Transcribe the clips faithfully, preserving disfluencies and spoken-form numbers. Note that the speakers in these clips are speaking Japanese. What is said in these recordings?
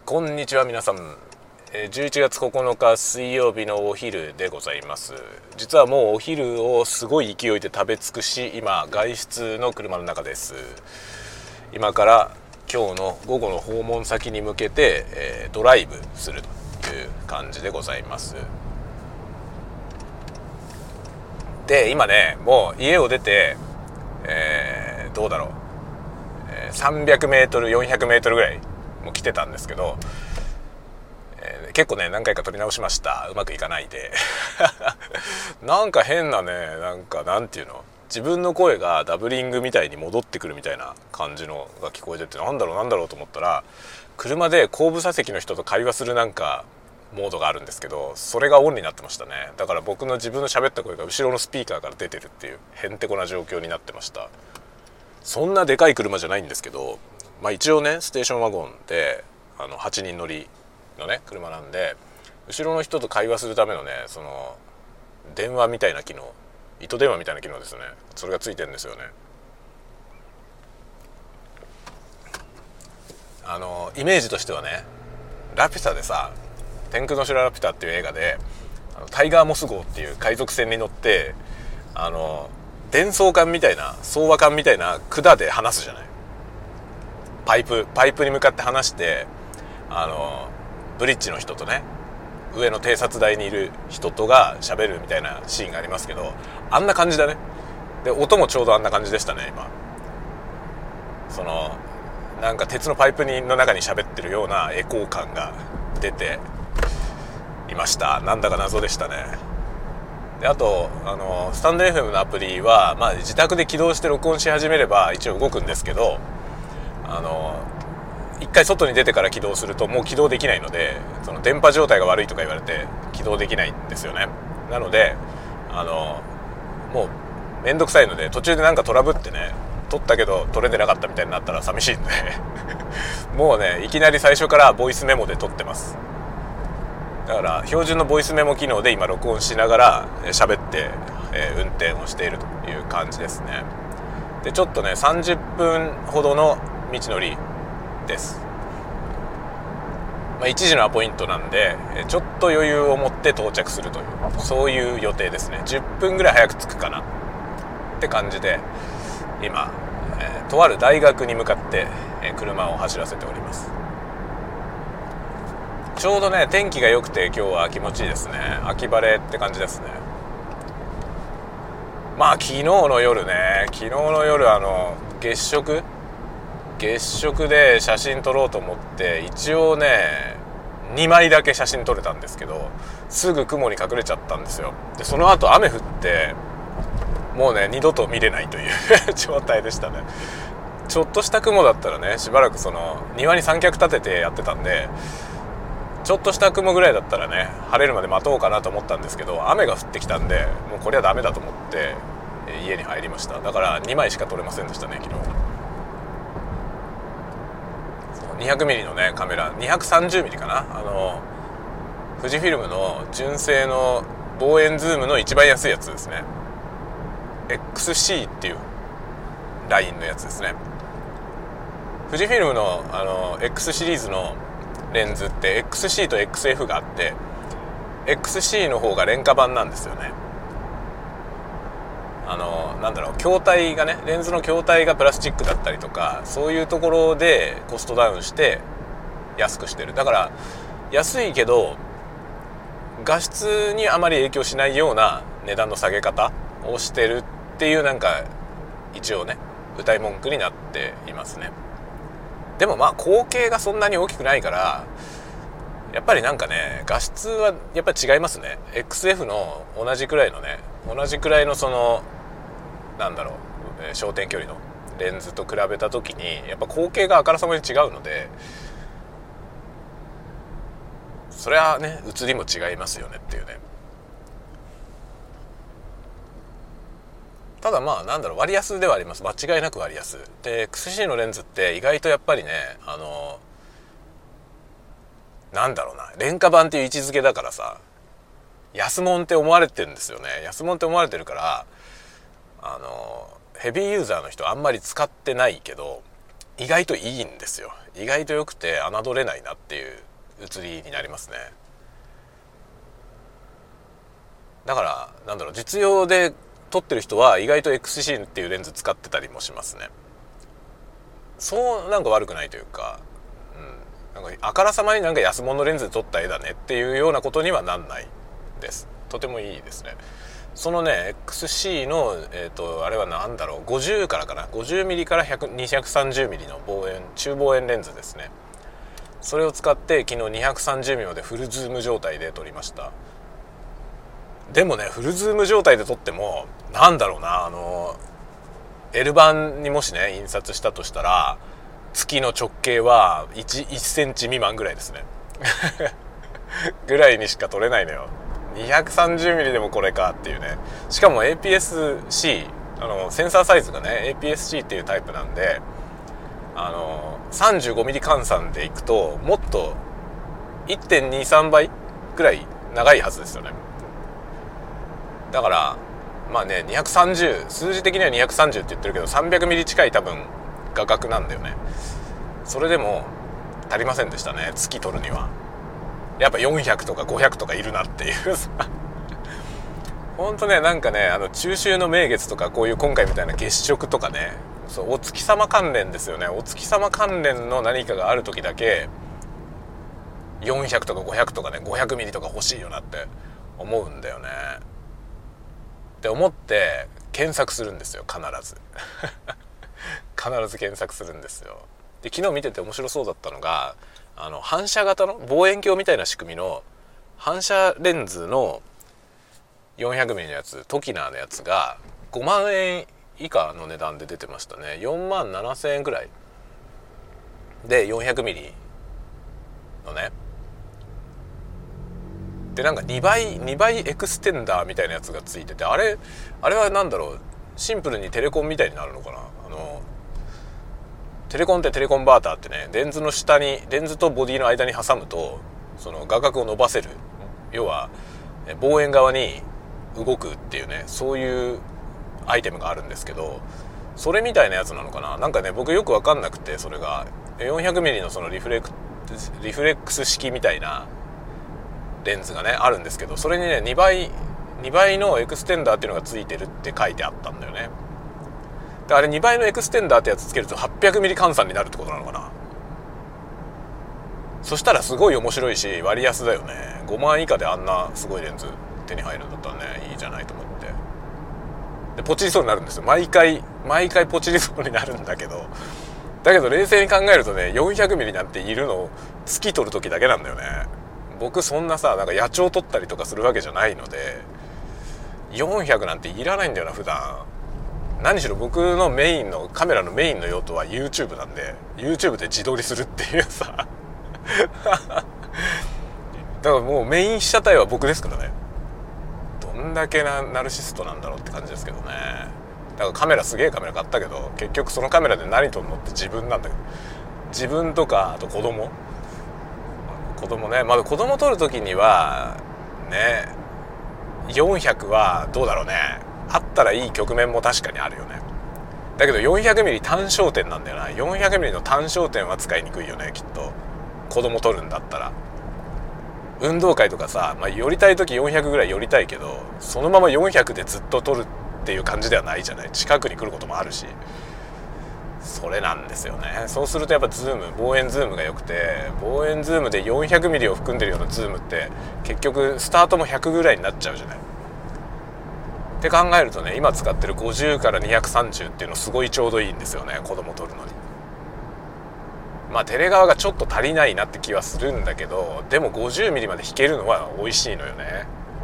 こんにちは皆さん。じゅういちがつここのか水曜日のお昼でございます。実はもうお昼をすごい勢いで食べ尽くし、今外出の車の中です。今から今日の午後の訪問先に向けて、えー、ドライブするという感じでございます。で今ねもう家を出て、えー、どうだろう、えー、さんびゃくメートルよんひゃくメートルぐらいもう来てたんですけど、えー、結構ね何回か撮り直しました。うまくいかないでなんか変なね、なんかなんていうの、自分の声がダブリングみたいに戻ってくるみたいな感じのが聞こえてて、なんだろうなんだろうと思ったら、車で後部座席の人と会話するなんかモードがあるんですけど、それがオンになってましたね。だから僕の自分の喋った声が後ろのスピーカーから出てるっていうへんてこな状況になってました。そんなでかい車じゃないんですけど、まあ一応ねステーションワゴンであのはちにん乗りのね車なんで、後ろの人と会話するためのねその電話みたいな機能、糸電話みたいな機能ですね、それがついてるんですよね。あのイメージとしてはね、ラピュタでさ、天空の城ラピュタっていう映画であのタイガーモス号っていう海賊船に乗って、あの伝送艦みたいな送話艦みたいな管で話すじゃない。パイプパイプに向かって話して、あのブリッジの人とね上の偵察台にいる人とが喋るみたいなシーンがありますけど、あんな感じだね。で音もちょうどあんな感じでしたね。今そのなんか鉄のパイプの中に喋ってるようなエコー感が出ていました。なんだか謎でしたね。であとあのスタンド エフエム のアプリは、まあ、自宅で起動して録音し始めれば一応動くんですけど、あの一回外に出てから起動するともう起動できないので、その電波状態が悪いとか言われて起動できないんですよね。なのであのもうめんどくさいので、途中でなんかトラブってね撮ったけど撮れてなかったみたいになったら寂しいんでもうねいきなり最初からボイスメモで撮ってます。だから標準のボイスメモ機能で今録音しながら喋って、えー、運転をしているという感じですね。でちょっとねさんじゅっぷんほどの道のりです。まあ、いちじのアポイントなんでちょっと余裕を持って到着するという、そういう予定ですね。じゅっぷんぐらい早く着くかなって感じで今、えー、とある大学に向かって、えー、車を走らせております。ちょうどね天気が良くて今日は気持ちいいですね。秋晴れって感じですね。まあ昨日の夜ね昨日の夜あの月食月食で写真撮ろうと思って一応ねにまいだけ写真撮れたんですけど、すぐ雲に隠れちゃったんですよ。でその後雨降ってもうね二度と見れないという状態でしたね。ちょっとした雲だったらねしばらくその庭に三脚立ててやってたんで、ちょっとした雲ぐらいだったらね晴れるまで待とうかなと思ったんですけど、雨が降ってきたんでもうこれはダメだと思って家に入りました。だからにまいしか撮れませんでしたね昨日。にひゃくミリのねカメラ、にひゃくさんじゅうミリかな、あの富士フィルムの純正の望遠ズームの一番安いやつですね。 エックスシー っていうラインのやつですね。富士フィルムの、あの X シリーズのレンズって エックスシー と エックスエフ があって、 エックスシー の方が廉価版なんですよね。あのなんだろう、筐体がねレンズの筐体がプラスチックだったりとか、そういうところでコストダウンして安くしてる。だから安いけど画質にあまり影響しないような値段の下げ方をしてるっていう、なんか一応ね謳い文句になっていますね。でもまあ口径がそんなに大きくないからやっぱりなんかね画質はやっぱり違いますね。 エックスエフ の同じくらいのね同じくらいのそのなんだろう焦点距離のレンズと比べた時にやっぱ口径があからさまに違うので、それはね写りも違いますよねっていうね。ただまあなんだろう割安ではあります。間違いなく割安で エックスシー のレンズって意外とやっぱりねあのなんだろうな廉価版っていう位置づけだからさ、安物って思われてるんですよね。安物って思われてるからあのヘビーユーザーの人あんまり使ってないけど、 意外といいんですよ。意外と良くて侮れないなっていう写りになりますね。だからなんだろう、実用で撮ってる人は意外と エックスシー っていうレンズ使ってたりもしますね。そうなんか悪くないというか、うん、なんかあからさまになんか安物レンズで撮った絵だねっていうようなことにはなんないです。とてもいいですね。そのね エックスシー の、えーと、あれは何だろう、ごじゅうからかな、 ごじゅうミリ から にひゃくさんじゅうミリ の望遠中望遠レンズですね。それを使って昨日にひゃくさんじゅうミリまでフルズーム状態で撮りました。でもねフルズーム状態で撮ってもなんだろうな、あの L 版にもしね印刷したとしたら月の直径は 1, いちセンチ未満ぐらいですねぐらいにしか撮れないのよ。にひゃくさんじゅうミリ でもこれかっていうね。しかも エーピーエスシー あのセンサーサイズがね エーピーエスシー っていうタイプなんで、あの さんじゅうごミリ 換算でいくともっと いってんにさん 倍ぐらい長いはずですよね。だからまあねにひゃくさんじゅう、数字的にはにひゃくさんじゅうって言ってるけど さんびゃくミリ 近い多分画角なんだよね。それでも足りませんでしたね、月撮るには。やっぱよんひゃくとかごひゃくとかいるなっていうさほんとね、なんかね、あの中秋の名月とかこういう今回みたいな月食とかね、そうお月様関連ですよね。お月様関連の何かがある時だけよんひゃくとかごひゃくとかね、ごひゃくミリとか欲しいよなって思うんだよねって思って検索するんですよ、必ず必ず検索するんですよ。で昨日見てて面白そうだったのが、あの反射型の望遠鏡みたいな仕組みの反射レンズの よんひゃくミリ のやつ、トキナーのやつがごまんえん以下の値段で出てましたね。よんまんななせんえんぐらいで よんひゃくミリ のね。でなんかにばいにばいエクステンダーみたいなやつがついてて、あれあれはなんだろう、シンプルにテレコンみたいになるのかな。あのテレコンってテレコンバーターってね、レンズの下にレンズとボディの間に挟むとその画角を伸ばせる、要は望遠側に動くっていうね、そういうアイテムがあるんですけど、それみたいなやつなのかな。なんかね僕よく分かんなくて、それが よんひゃくミリ のそのリフレクリフレックス式みたいなレンズがねあるんですけど、それにねにばいにばいのエクステンダーっていうのがついてるって書いてあったんだよね。であれにばいのエクステンダーってやつつけると はっぴゃくミリ 換算になるってことなのかな。そしたらすごい面白いし割安だよね。ごまん以下であんなすごいレンズ手に入るんだったらね、いいじゃないと思って。でポチりそうになるんですよ、毎回毎回ポチりそうになるんだけど、だけど冷静に考えるとね よんひゃくミリ なんているの月撮る時だけなんだよね。僕そんなさ、なんか野鳥撮ったりとかするわけじゃないのでよんひゃくなんていらないんだよな普段。何しろ僕のメインのカメラのメインの用途は YouTube なんで YouTube で自撮りするっていうさだからもうメイン被写体は僕ですからね。どんだけなナルシストなんだろうって感じですけどね。だからカメラすげえカメラ買ったけど結局そのカメラで何撮るのって自分なんだけど、自分とかあと子供子供ね、まだ子供撮る時にはねよんひゃくはどうだろうね、あったらいい局面も確かにあるよね。だけど よんひゃくミリ 単焦点なんだよな。 よんひゃくミリ の単焦点は使いにくいよねきっと、子供撮るんだったら。運動会とかさ、まあ、寄りたい時よんひゃくぐらい寄りたいけどそのままよんひゃくでずっと撮るっていう感じではないじゃない。近くに来ることもあるし、それなんですよね。そうするとやっぱズーム望遠ズームが良くて、望遠ズームで よんひゃくミリ を含んでるようなズームって結局スタートもひゃくぐらいになっちゃうじゃないって考えるとね、今使ってるごじゅうからにひゃくさんじゅうっていうのすごいちょうどいいんですよね、子供撮るのに。まあテレ側がちょっと足りないなって気はするんだけど、でも ごじゅうミリ まで引けるのは美味しいのよね。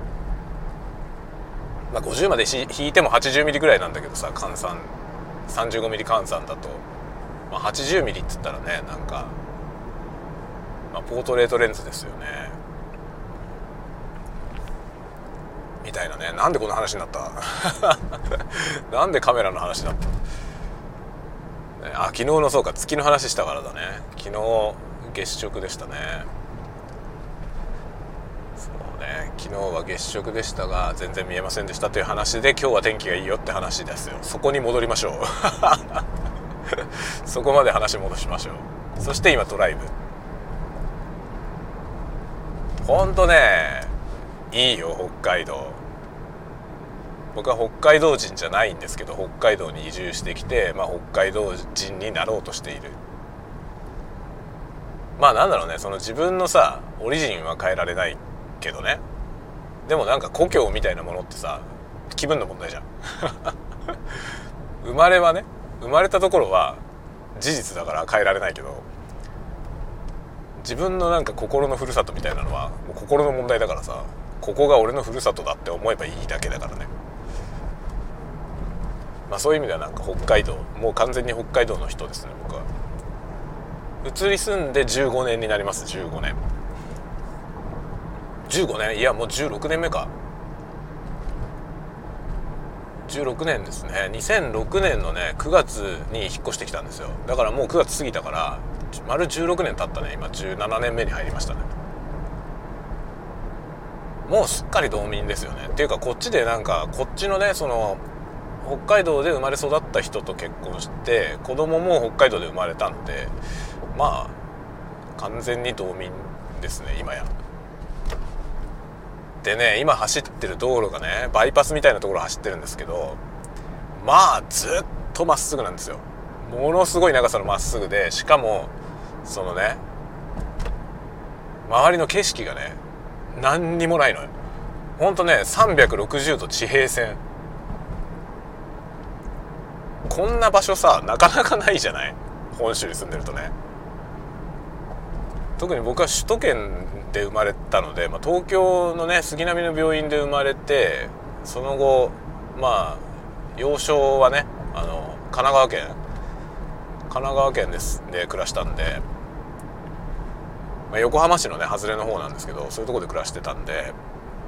まあごじゅうまで引いても はちじゅうミリ ぐらいなんだけどさ、換算 さんじゅうごミリ 換算だと、まあ、はちじゅうミリ っつったらね、なんか、まあ、ポートレートレンズですよねみたいなね。なんでこんな話になったなんでカメラの話になった、ね、あ昨日のそうか月の話したからだね。昨日月食でしたね。そうね、昨日は月食でしたが全然見えませんでしたという話で、今日は天気がいいよって話ですよ。そこに戻りましょうそこまで話戻しましょう。そして今ドライブ、ほんとねいいよ北海道。僕は北海道人じゃないんですけど、北海道に移住してきて、まあ、北海道人になろうとしている。まあなんだろうね、その自分のさオリジンは変えられないけどね、でもなんか故郷みたいなものってさ気分の問題じゃん生まれはね、生まれたところは事実だから変えられないけど、自分のなんか心のふるさとみたいなのはもう心の問題だからさ、ここが俺のふるさとだって思えばいいだけだからね。まあそういう意味ではなんか北海道、もう完全に北海道の人ですね僕は。移り住んでじゅうごねんになります。じゅうごねんじゅうごねんいやもうじゅうろくねんめか。じゅうろくねんですね。にせんろくねんのねくがつに引っ越してきたんですよ。だからもうくがつ過ぎたから丸じゅうろくねん経ったね。今じゅうななねんめに入りましたね。もうすっかり道民ですよね。っていうかこっちでなんかこっちのねその北海道で生まれ育った人と結婚して子供も北海道で生まれたんで、まあ完全に道民ですね今や。でね今走ってる道路がねバイパスみたいなところ走ってるんですけど、まあずっとまっすぐなんですよ。ものすごい長さのまっすぐで、しかもそのね周りの景色がね何にもないのよ。ほんとねさんびゃくろくじゅうど地平線。こんな場所さなかなかないじゃない、本州に住んでるとね。特に僕は首都圏で生まれたので、まあ、東京のね杉並の病院で生まれて、その後まあ幼少はねあの神奈川県神奈川県ですで暮らしたんで、まあ、横浜市のね外れの方なんですけど、そういうところで暮らしてたんで、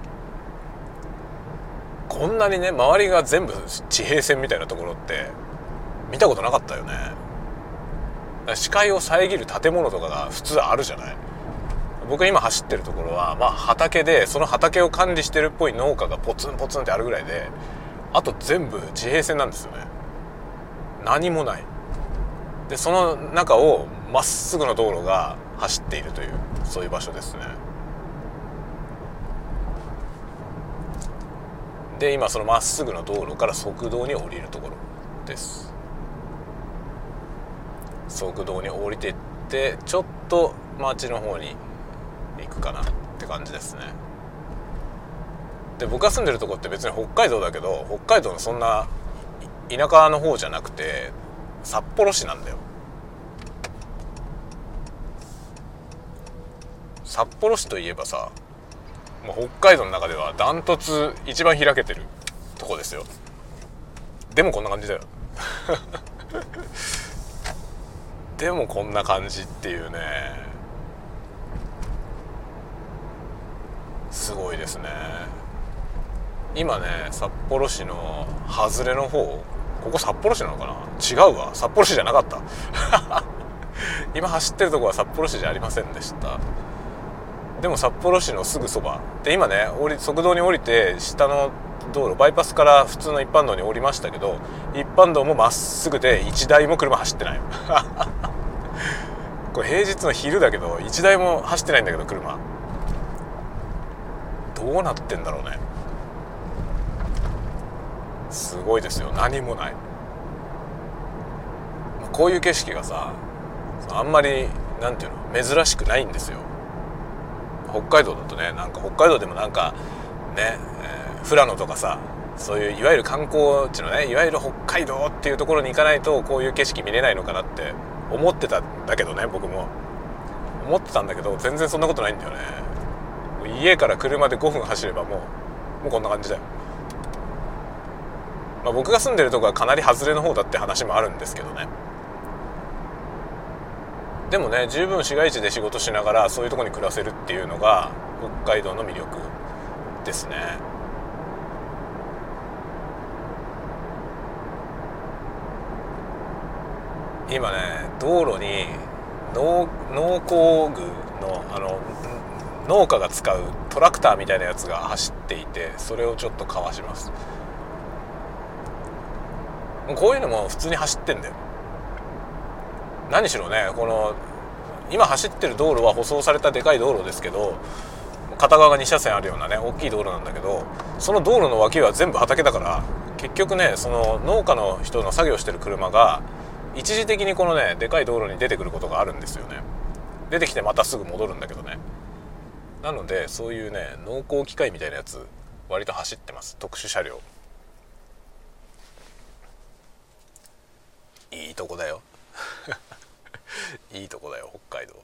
こんなにね周りが全部地平線みたいなところって見たことなかったよね。視界を遮る建物とかが普通あるじゃない。僕が今走ってるところはまあ畑で、その畑を管理してるっぽい農家がポツンポツンってあるぐらいで、あと全部地平線なんですよね。何もない。でその中をまっすぐの道路が走っているという、そういう場所ですね。で今そのまっすぐの道路から側道に降りるところです。側道に降りていってちょっと町の方に行くかなって感じですね。で僕が住んでるとこって別に北海道だけど、北海道のそんな田舎の方じゃなくて札幌市なんだよ。札幌市といえばさ、もう北海道の中ではダントツ一番開けてるとこですよ。でもこんな感じだよでもこんな感じっていうね、すごいですね。今ね札幌市の外れの方、ここ札幌市なのかな、違うわ、札幌市じゃなかった今走ってるとこは札幌市じゃありませんでした。でも札幌市のすぐそばで今ね降り側道に降りて下の道路バイパスから普通の一般道に降りましたけど、一般道もまっすぐで一台も車走ってないこれ平日の昼だけど一台も走ってないんだけど、車どうなってんだろうね。すごいですよ、何もない。こういう景色がさあんまりなんていうの珍しくないんですよ。北海道だとね、なんか北海道でもなんかね、えー、富良野とかさ、そういういわゆる観光地のね、いわゆる北海道っていうところに行かないとこういう景色見れないのかなって思ってたんだけどね、僕も思ってたんだけど全然そんなことないんだよね。家から車でごふん走ればもうもうこんな感じだよ。まあ、僕が住んでるとこはかなり外れの方だって話もあるんですけどね。でもね十分市街地で仕事しながらそういうところに暮らせるっていうのが北海道の魅力ですね。今ね道路に農農工具のあの農家が使うトラクターみたいなやつが走っていて、それをちょっとかわします。こういうのも普通に走ってんだよ。 何しろね、この今走ってる道路は舗装されたでかい道路ですけど、片側がに車線あるようなね大きい道路なんだけど、その道路の脇は全部畑だから、結局ねその農家の人の作業してる車が一時的にこのねでかい道路に出てくることがあるんですよね。出てきてまたすぐ戻るんだけどね。なのでそういうね農耕機械みたいなやつ割と走ってます。特殊車両。いいとこだよいいとこだよ北海道。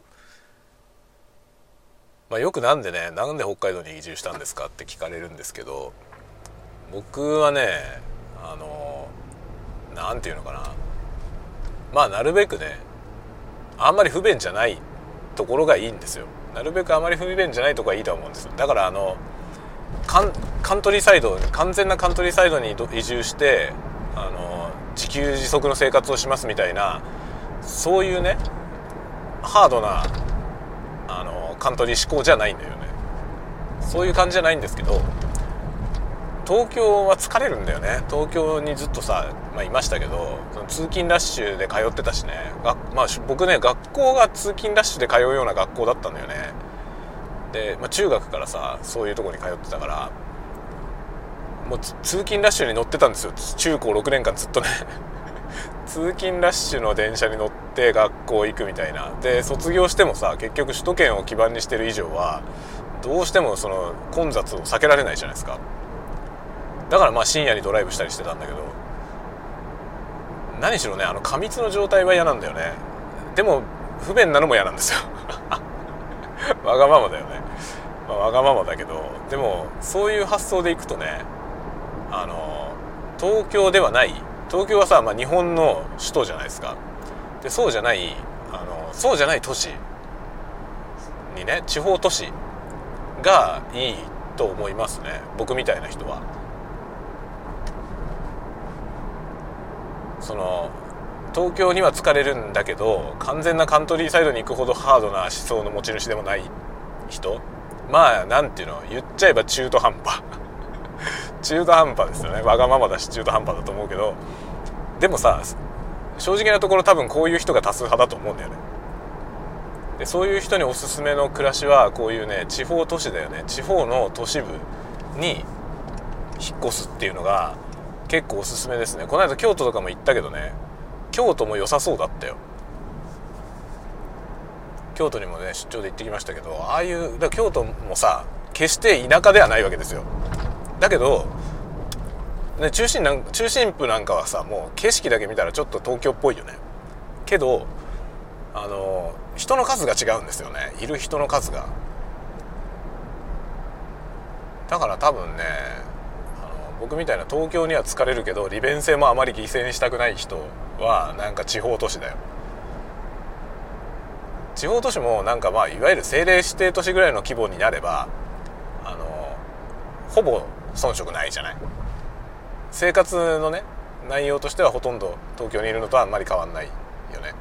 まあ、よくなんでねなんで北海道に移住したんですかって聞かれるんですけど、僕はねあのなんていうのかな、まあなるべくねあんまり不便じゃないところがいいんですよ。なるべくあまり不便じゃないところがいいとは思うんです。だからあのカン、カントリーサイド、完全なカントリーサイドに移住してあの自給自足の生活をしますみたいな、そういうねハードなあのカントリー志向じゃないんだよね。そういう感じじゃないんですけど、東京は疲れるんだよね。東京にずっとさ、まあ、いましたけど、その通勤ラッシュで通ってたしね、が、まあ、僕ね学校が通勤ラッシュで通うような学校だったんだよね。で、まあ、中学からさそういうとこに通ってたから、もう通勤ラッシュに乗ってたんですよ。中高ろくねんかんずっとね通勤ラッシュの電車に乗って学校行くみたいな。で卒業してもさ結局首都圏を基盤にしてる以上はどうしてもその混雑を避けられないじゃないですか。だからまあ深夜にドライブしたりしてたんだけど、何しろねあの過密の状態は嫌なんだよね。でも不便なのも嫌なんですよわがままだよね、まあ、わがままだけど、でもそういう発想でいくとね、あの東京ではない、東京はさ、まあ、日本の首都じゃないですか。でそうじゃないあのそうじゃない都市にね、地方都市がいいと思いますね、僕みたいな人は。その東京には疲れるんだけど完全なカントリーサイドに行くほどハードな思想の持ち主でもない人、まあなんていうの、言っちゃえば中途半端中途半端ですよね。わがままだし中途半端だと思うけど、でもさ正直なところ多分こういう人が多数派だと思うんだよね。でそういう人におすすめの暮らしはこういうね地方都市だよね。地方の都市部に引っ越すっていうのが結構おすすめですね。この間京都とかも行ったけどね、京都も良さそうだったよ。京都にもね出張で行ってきましたけど、ああいうだから京都もさ決して田舎ではないわけですよ。だけど、ね、中心なん中心部なんかはさもう景色だけ見たらちょっと東京っぽいよね。けどあの人の数が違うんですよね、いる人の数が。だから多分ねあの僕みたいな東京には疲れるけど利便性もあまり犠牲にしたくない人はなんか地方都市だよ。地方都市もなんかまあいわゆる政令指定都市ぐらいの規模になればあのほぼ遜色ないじゃない。生活のね内容としてはほとんど東京にいるのとはあんまり変わんないよね。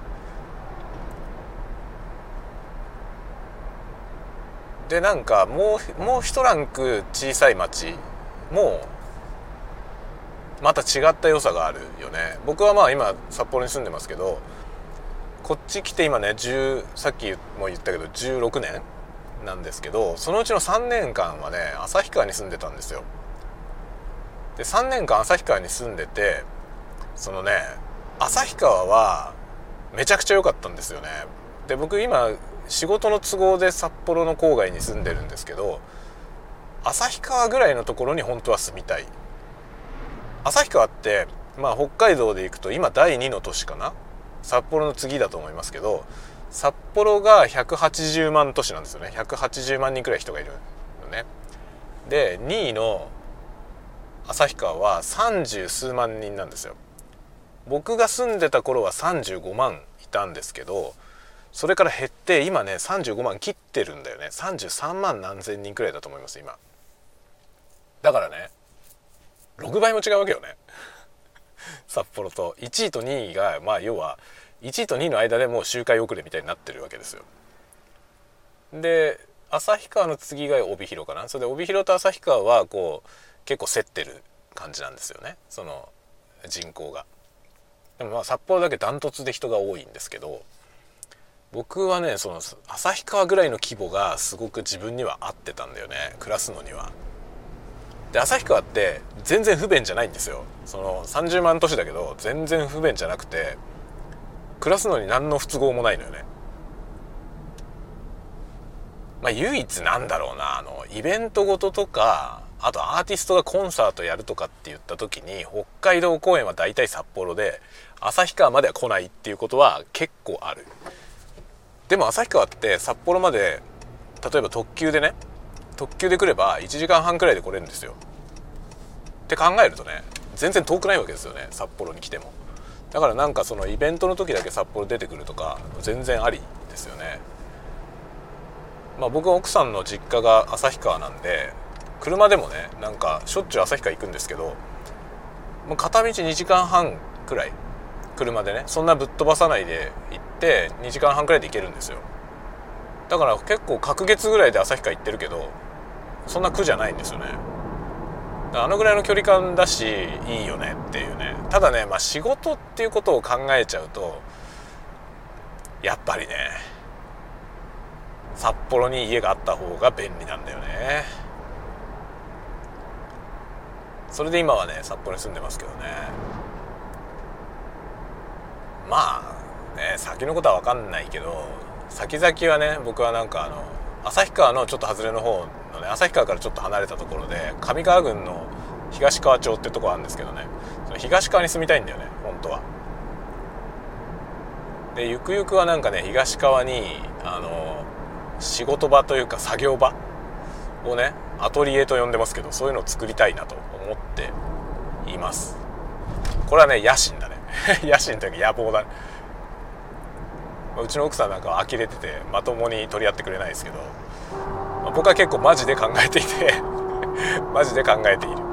でなんかもうもう一ランク小さい町もまた違った良さがあるよね。僕はまあ今札幌に住んでますけど、こっち来て今ねじゅうさっきも言ったけどじゅうろくねんなんですけど、そのうちのさんねんかんはね旭川に住んでたんですよ。でさんねんかん旭川に住んでて、そのね旭川はめちゃくちゃ良かったんですよね。で僕今仕事の都合で札幌の郊外に住んでるんですけど、旭川ぐらいのところに本当は住みたい。旭川ってまあ北海道で行くと今だいにの都市かな、札幌の次だと思いますけど、札幌がひゃくはちじゅうまん都市なんですよね。ひゃくはちじゅうまんにんくらい人がいるよね。でにいの旭川はさんじゅうすうまんにんなんですよ。僕が住んでた頃はさんじゅうごまんいたんですけど、それから減って今ねさんじゅうごまん切ってるんだよね。さんじゅうさんまんなんぜんにんくらいだと思います今。だからねろくばいも違うわけよね札幌といちいとにいがまあ要はいちいとにいの間でもう周回遅れみたいになってるわけですよ。で旭川の次が帯広かな。それで帯広と旭川はこう結構競ってる感じなんですよね、その人口が。 でもまあ札幌だけダントツで人が多いんですけど、僕はねその旭川ぐらいの規模がすごく自分には合ってたんだよね、暮らすのには。で旭川って全然不便じゃないんですよ。そのさんじゅうまん都市だけど全然不便じゃなくて、暮らすのに何の不都合もないのよね。まあ唯一なんだろうな、あのイベントごととか、あとアーティストがコンサートやるとかって言った時に北海道公演は大体札幌で旭川までは来ないっていうことは結構ある。でも旭川って札幌まで例えば特急でね特急で来ればいちじかんはんくらいで来れるんですよ。って考えるとね全然遠くないわけですよね、札幌に来ても。だからなんかそのイベントの時だけ札幌出てくるとか全然ありですよね。まあ僕は奥さんの実家が旭川なんで車でもねなんかしょっちゅう旭川行くんですけど、もう片道にじかんはんくらい車でね、そんなぶっ飛ばさないで行ってにじかんはんくらいで行けるんですよ。だから結構隔月ぐらいで旭川行ってるけどそんな苦じゃないんですよね。あのぐらいの距離感だしいいよねっていうね。ただね、まあ仕事っていうことを考えちゃうとやっぱりね札幌に家があった方が便利なんだよね。それで今はね札幌に住んでますけどね。まあね先のことは分かんないけど先々はね、僕はなんかあの旭川のちょっと外れの方のね、旭川からちょっと離れたところで上川郡の東川町っていうところあるんですけどね、その東川に住みたいんだよね本当は。でゆくゆくはなんかね東川にあの仕事場というか作業場をねアトリエと呼んでますけど、そういうのを作りたいなと思っています。これはね野心だね野心というか野望だね。うちの奥さんなんかは呆れててまともに取り合ってくれないですけど、まあ、僕は結構マジで考えていてマジで考えている。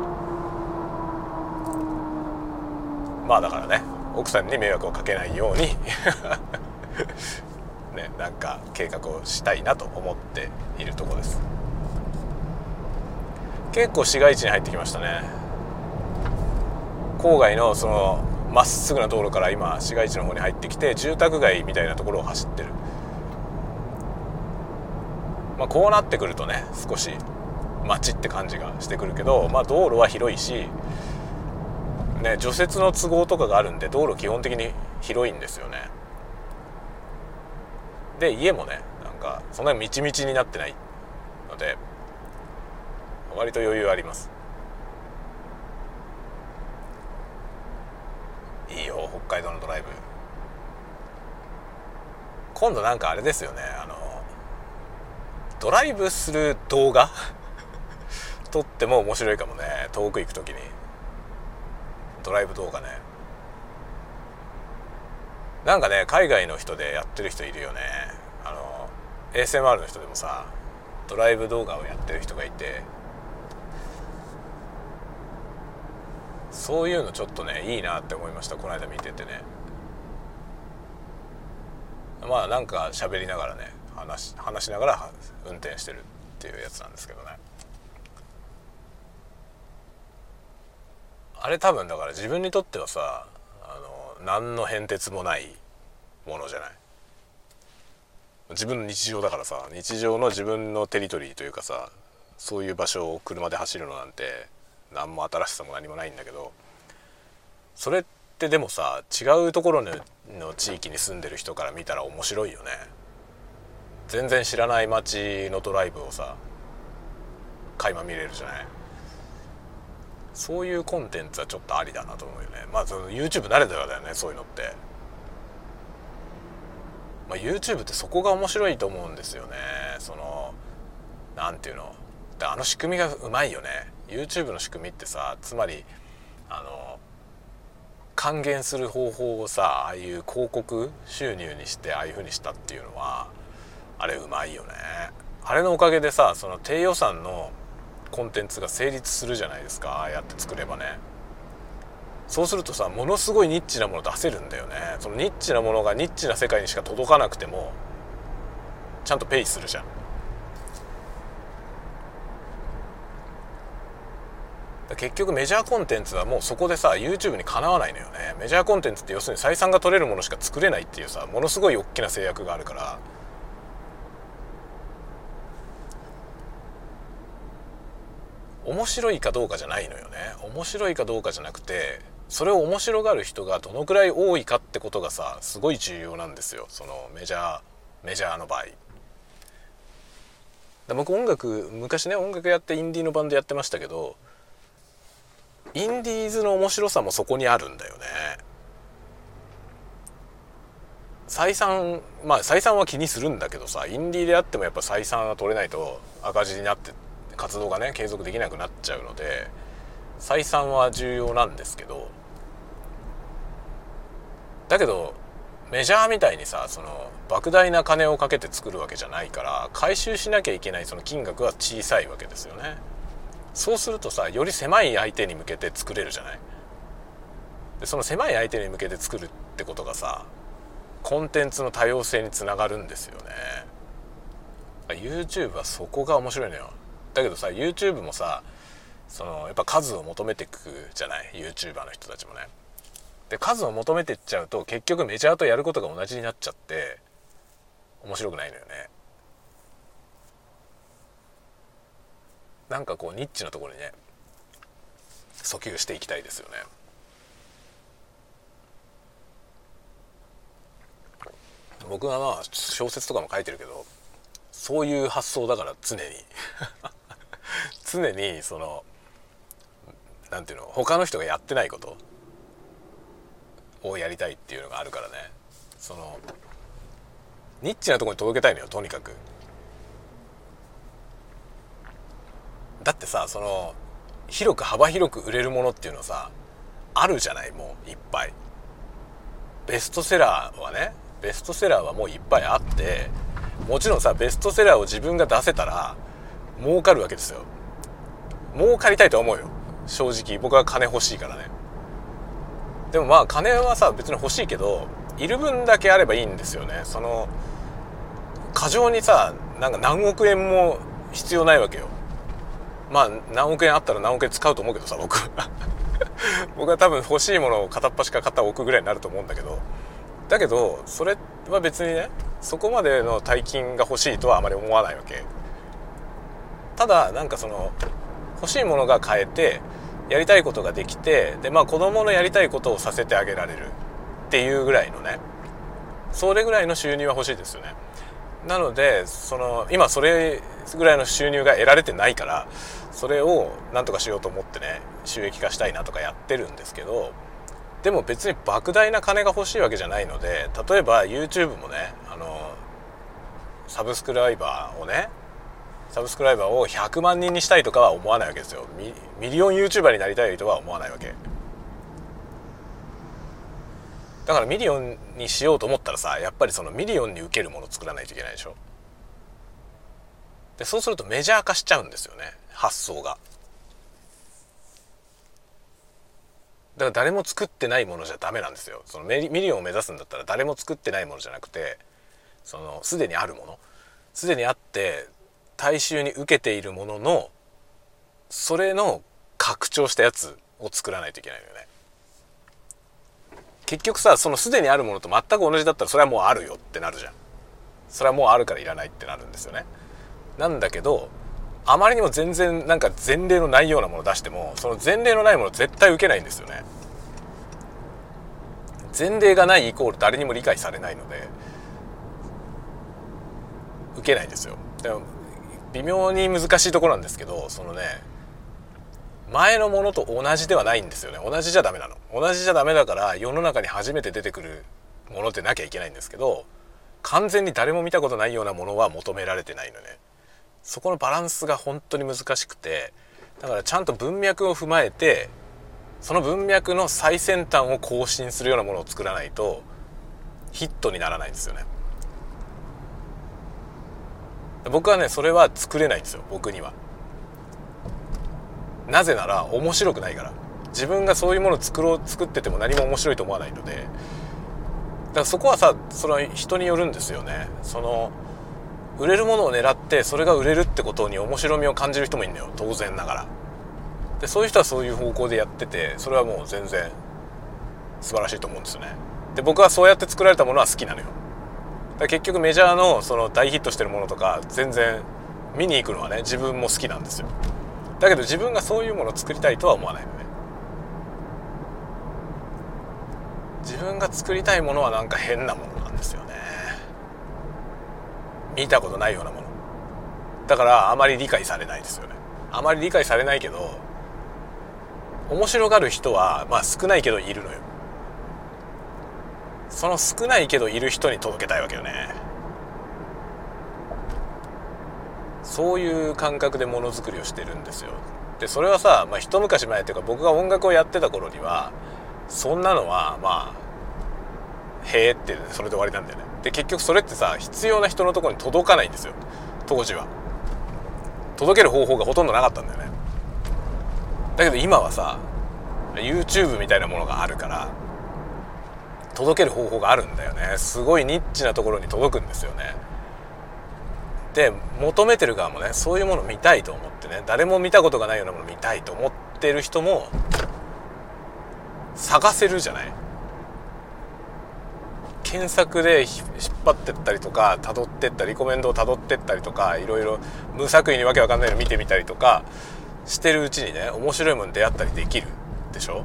まあだからね奥さんに迷惑をかけないようにね、なんか計画をしたいなと思っているところです。結構市街地に入ってきましたね。郊外のそのまっすぐな道路から今市街地の方に入ってきて住宅街みたいなところを走ってる。まあこうなってくるとね少し街って感じがしてくるけど、まあ道路は広いしね、除雪の都合とかがあるんで道路基本的に広いんですよね。で家もねなんかそんなにみちみちになってないので割と余裕あります。いいよ北海道のドライブ。今度なんかあれですよね、あのドライブする動画撮っても面白いかもね。遠く行くときにドライブ動画ね。なんかね海外の人でやってる人いるよね。あの エーエスエムアール の人でもさドライブ動画をやってる人がいて、そういうのちょっとねいいなって思いました、この間見ててね。まあなんか喋りながらね話話しながら運転してるっていうやつなんですけどね。あれ多分だから自分にとってはさあの何の変哲もないものじゃない。自分の日常だからさ、日常の自分のテリトリーというかさ、そういう場所を車で走るのなんて何も新しさも何もないんだけど、それってでもさ違うところの地域に住んでる人から見たら面白いよね。全然知らない街のドライブをさ垣間見れるじゃない。そういうコンテンツはちょっとありだなと思うよね。まあその YouTube 慣れたらだよねそういうのって。まあ、YouTube ってそこが面白いと思うんですよね。そのなんていうのであの仕組みがうまいよね。 YouTube の仕組みってさ、つまりあの還元する方法をさああいう広告収入にしてああいう風にしたっていうのはあれうまいよね。あれのおかげでさその低予算のコンテンツが成立するじゃないですか、ああやって作ればね。そうするとさものすごいニッチなもの出せるんだよね。そのニッチなものがニッチな世界にしか届かなくてもちゃんとペイするじゃん。 結局メジャーコンテンツはもうそこでさ YouTube にかなわないのよね。メジャーコンテンツって要するに採算が取れるものしか作れないっていうさ、ものすごい大きな制約があるから、面白いかどうかじゃないのよね。面白いかどうかじゃなくて、それを面白がる人がどのくらい多いかってことがさすごい重要なんですよ、そのメジャーメジャーの場合。僕音楽昔ね音楽やってインディーのバンドやってましたけど、インディーズの面白さもそこにあるんだよね。採算まあ採算は気にするんだけどさ、インディーであってもやっぱ採算が取れないと赤字になって活動がね継続できなくなっちゃうので、採算は重要なんですけど、だけどメジャーみたいにさその莫大な金をかけて作るわけじゃないから、回収しなきゃいけないその金額は小さいわけですよね。そうするとさ、より狭い相手に向けて作れるじゃない。でその狭い相手に向けて作るってことがさ、コンテンツの多様性につながるんですよね。YouTube はそこが面白いのよ。だけどさ YouTube もさそのやっぱ数を求めていくじゃない、 YouTuber の人たちもね。で数を求めていっちゃうと結局メジャーとやることが同じになっちゃって面白くないのよね。なんかこうニッチなところにね訴求していきたいですよね。僕はまあ小説とかも書いてるけど、そういう発想だから常に常にそのなんていうの、他の人がやってないことをやりたいっていうのがあるからね。そのニッチなところに届けたいのよ、とにかく。だってさその広く幅広く売れるものっていうのはさあるじゃない、もういっぱい。ベストセラーはねベストセラーはもういっぱいあって、もちろんさベストセラーを自分が出せたら儲かるわけですよ。儲かりたいとは思うよ、正直。僕は金欲しいからね。でもまあ金はさ別に欲しいけど、いる分だけあればいいんですよね。その過剰にさなんか何億円も必要ないわけよ。まあ何億円あったら何億円使うと思うけどさ、僕は僕は多分欲しいものを片っ端から片置くぐらいになると思うんだけど、だけどそれは別にねそこまでの大金が欲しいとはあまり思わないわけ。ただなんかその欲しいものが買えてやりたいことができて、でまあ子供のやりたいことをさせてあげられるっていうぐらいのね、それぐらいの収入は欲しいですよね。なのでその今それぐらいの収入が得られてないから、それをなんとかしようと思ってね収益化したいなとかやってるんですけど、でも別に莫大な金が欲しいわけじゃないので、例えば YouTube もねあのサブスクライバーをねサブスクライバーをひゃくまんにんにしたいとかは思わないわけですよ。 ミ, ミリオン YouTuber になりたいとは思わないわけだから。ミリオンにしようと思ったらさ、やっぱりそのミリオンに受けるものを作らないといけないでしょ。でそうするとメジャー化しちゃうんですよね、発想が。だから誰も作ってないものじゃダメなんですよ。そのミリオンを目指すんだったら誰も作ってないものじゃなくて、そのすでにあるもの、すでにあって大衆に受けているもののそれの拡張したやつを作らないといけないのよね。結局さそのすでにあるものと全く同じだったらそれはもうあるよってなるじゃん。それはもうあるからいらないってなるんですよね。なんだけどあまりにも全然なんか前例のないようなものを出しても、その前例のないもの絶対受けないんですよね。前例がないイコール誰にも理解されないので受けないんですよ。でも微妙に難しいところなんですけど、そのね前のものと同じではないんですよね。同じじゃダメなの。同じじゃダメだから世の中に初めて出てくるものでなきゃいけないんですけど、完全に誰も見たことないようなものは求められてないのね。そこのバランスが本当に難しくて、だからちゃんと文脈を踏まえてその文脈の最先端を更新するようなものを作らないとヒットにならないんですよね。僕はねそれは作れないんですよ、僕には。なぜなら面白くないから。自分がそういうものを作ろう作ってても何も面白いと思わないので。だからそこはさその人によるんですよね。その売れるものを狙ってそれが売れるってことに面白みを感じる人もいるんだよ、当然ながら。 でそういう人はそういう方向でやってて、それはもう全然素晴らしいと思うんですよね。で僕はそうやって作られたものは好きなのよ。だから結局メジャーのその大ヒットしてるものとか全然見に行くのはね自分も好きなんですよ。だけど自分がそういうものを作りたいとは思わないのね。自分が作りたいものはなんか変なものなんですよね。見たことないようなものだからあまり理解されないですよね。あまり理解されないけど面白がる人はまあ少ないけどいるのよ。その少ないけどいる人に届けたいわけよね。そういう感覚でものづくりをしてるんですよ。でそれはさ、まあ、一昔前っていうか僕が音楽をやってた頃にはそんなのはまあへーってそれで終わりなんだよね。で結局それってさ必要な人のところに届かないんですよ。当時は届ける方法がほとんどなかったんだよね。だけど今はさ YouTube みたいなものがあるから届ける方法があるんだよね。すごいニッチなところに届くんですよね。で求めてる側もねそういうもの見たいと思ってね、誰も見たことがないようなもの見たいと思ってる人も探せるじゃない。検索で引っ張ってったりとか辿ってったリコメンドを辿ってったりとかいろいろ無作為にわけわかんないの見てみたりとかしてるうちにね面白いものに出会ったりできるでしょ。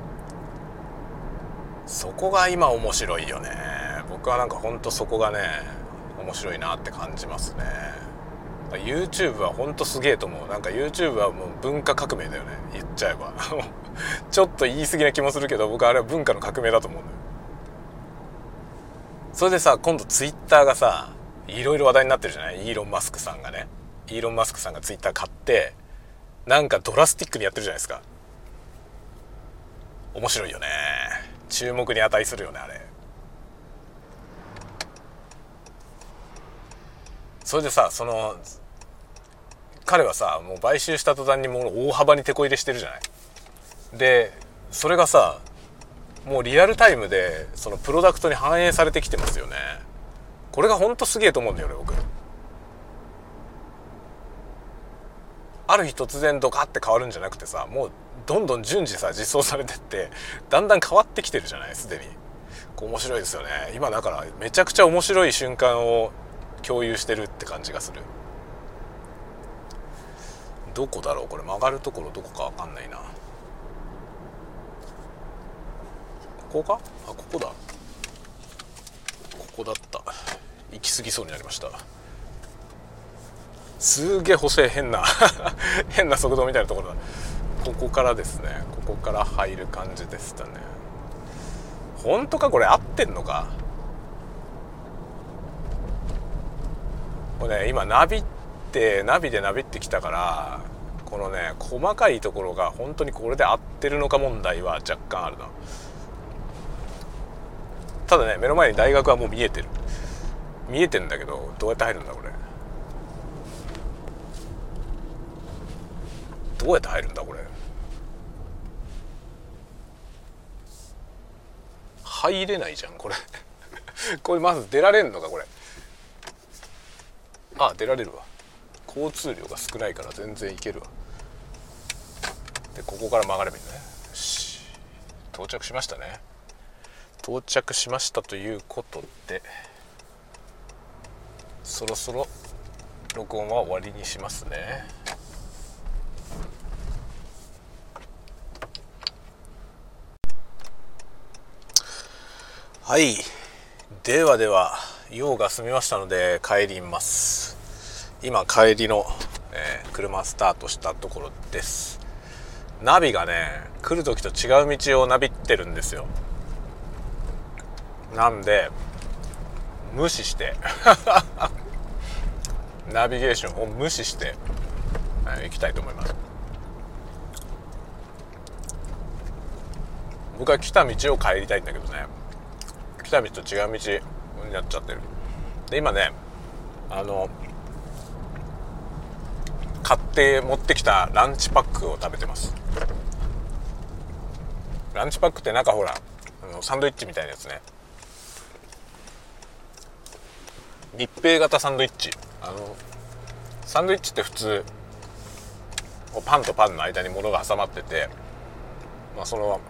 そこが今面白いよね。僕はなんかほんとそこがね面白いなって感じますね。 YouTube はほんとすげえと思う。なんか YouTube はもう文化革命だよね言っちゃえばちょっと言い過ぎな気もするけど僕はあれは文化の革命だと思うんだよ。それでさ今度 Twitter がさいろいろ話題になってるじゃない。イーロン・マスクさんがねイーロン・マスクさんが Twitter 買ってなんかドラスティックにやってるじゃないですか。面白いよね。注目に値するよねあれ。それでさその彼はさもう買収した途端にもう大幅にテこ入れしてるじゃない。でそれがさもうリアルタイムでそのプロダクトに反映されてきてますよね。これがほんとすげえと思うんだよね僕。ある日突然ドカって変わるんじゃなくてさもうどんどん順次さ実装されてってだんだん変わってきてるじゃないすでに。面白いですよね今。だからめちゃくちゃ面白い瞬間を共有してるって感じがする。どこだろうこれ曲がるところどこかわかんないな。ここか。あここだここだった。行き過ぎそうになりました。すげえ細い変な変な速度みたいなところだ。ここからですねここから入る感じでしたね。本当かこれ合ってんのか。これね今ナビってナビでナビってきたからこのね細かいところが本当にこれで合ってるのか問題は若干あるな。ただね目の前に大学はもう見えてる見えてんだけどどうやって入るんだこれ。どうやって入るんだこれ。入れないじゃんこれこれまず出られんのかこれ。あ出られるわ。交通量が少ないから全然いけるわ。でここから曲がればいいんだね。よし到着しましたね。到着しましたということでそろそろ録音は終わりにしますね。はい、ではでは用が済みましたので帰ります。今帰りの、えー、車スタートしたところです。ナビがね来る時と違う道をナビってるんですよ。なんで無視してナビゲーションを無視して、えー、行きたいと思います。僕は来た道を帰りたいんだけどね来た道と違う道になっちゃってる。で今ねあの買って持ってきたランチパックを食べてます。ランチパックってなんかほらあのサンドイッチみたいなやつね。密閉型サンドイッチ。あのサンドイッチって普通パンとパンの間に物が挟まってて、まあ、その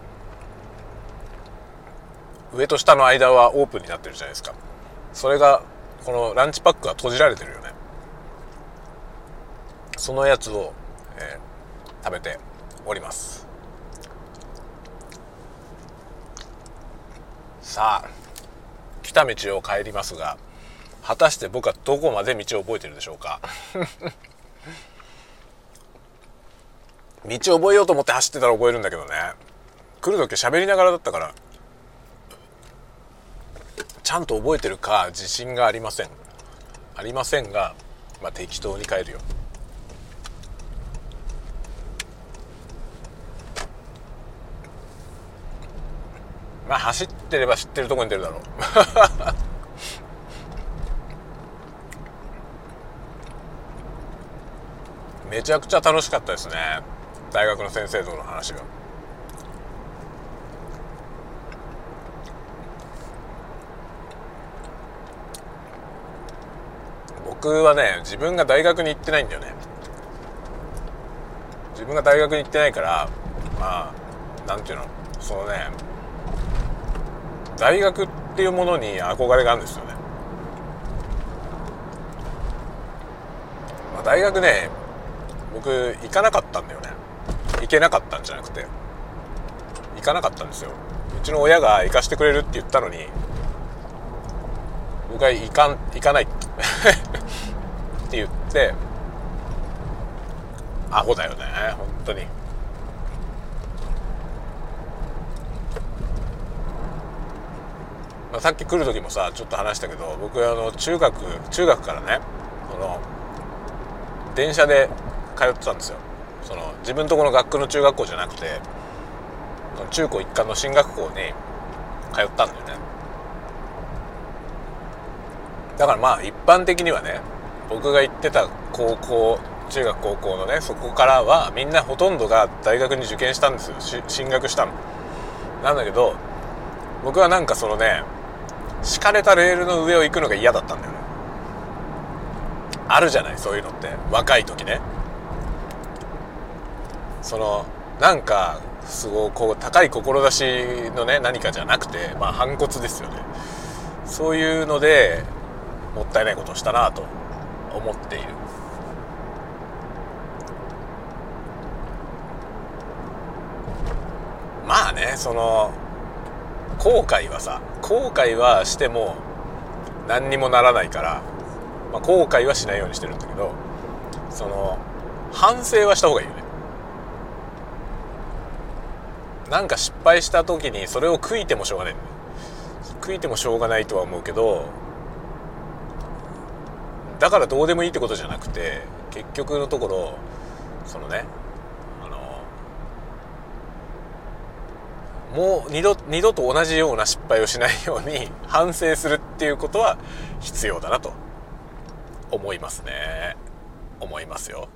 上と下の間はオープンになってるじゃないですか。それがこのランチパックは閉じられてるよね。そのやつを、えー、食べております。さあ来た道を帰りますが、果たして僕はどこまで道を覚えてるでしょうか道を覚えようと思って走ってたら覚えるんだけどね、来る時喋りながらだったからちゃんと覚えてるか自信がありませんありませんが、まあ、適当に帰るよ。まあ走ってれば知ってるとこに出るだろうめちゃくちゃ楽しかったですね、大学の先生との話が。僕はね、自分が大学に行ってないんだよね。自分が大学に行ってないから、まあなんていうの、そのね、大学っていうものに憧れがあるんですよね。まあ、大学ね、僕行かなかったんだよね。行けなかったんじゃなくて行かなかったんですよ。うちの親が行かしてくれるって言ったのに、僕は行かん行かないって言ってアホだよね本当に。まあ、さっき来る時もさちょっと話したけど、僕あの中学中学からね、その電車で通ってたんですよ。その自分とこの学区の中学校じゃなくて、中高一貫の進学校に通ったんだよね。だからまあ一般的にはね、僕が行ってた高校、中学高校のね、そこからはみんなほとんどが大学に受験したんですよ。進学したのなんだけど、僕はなんかそのね、敷かれたレールの上を行くのが嫌だったんだよね。あるじゃない、そういうのって若い時ね。そのなんかすごいこう高い志のね何かじゃなくて、まあ反骨ですよね。そういうのでもったいないことをしたなと思っている。まあね、その後悔はさ後悔はしても何にもならないから、まあ、後悔はしないようにしてるんだけど、その反省はした方がいいよね。なんか失敗した時にそれを悔いてもしょうがない、ね、悔いてもしょうがないとは思うけど、だからどうでもいいってことじゃなくて、結局のところそのね、あのもう二度二度と同じような失敗をしないように反省するっていうことは必要だなと思いますね。思いますよ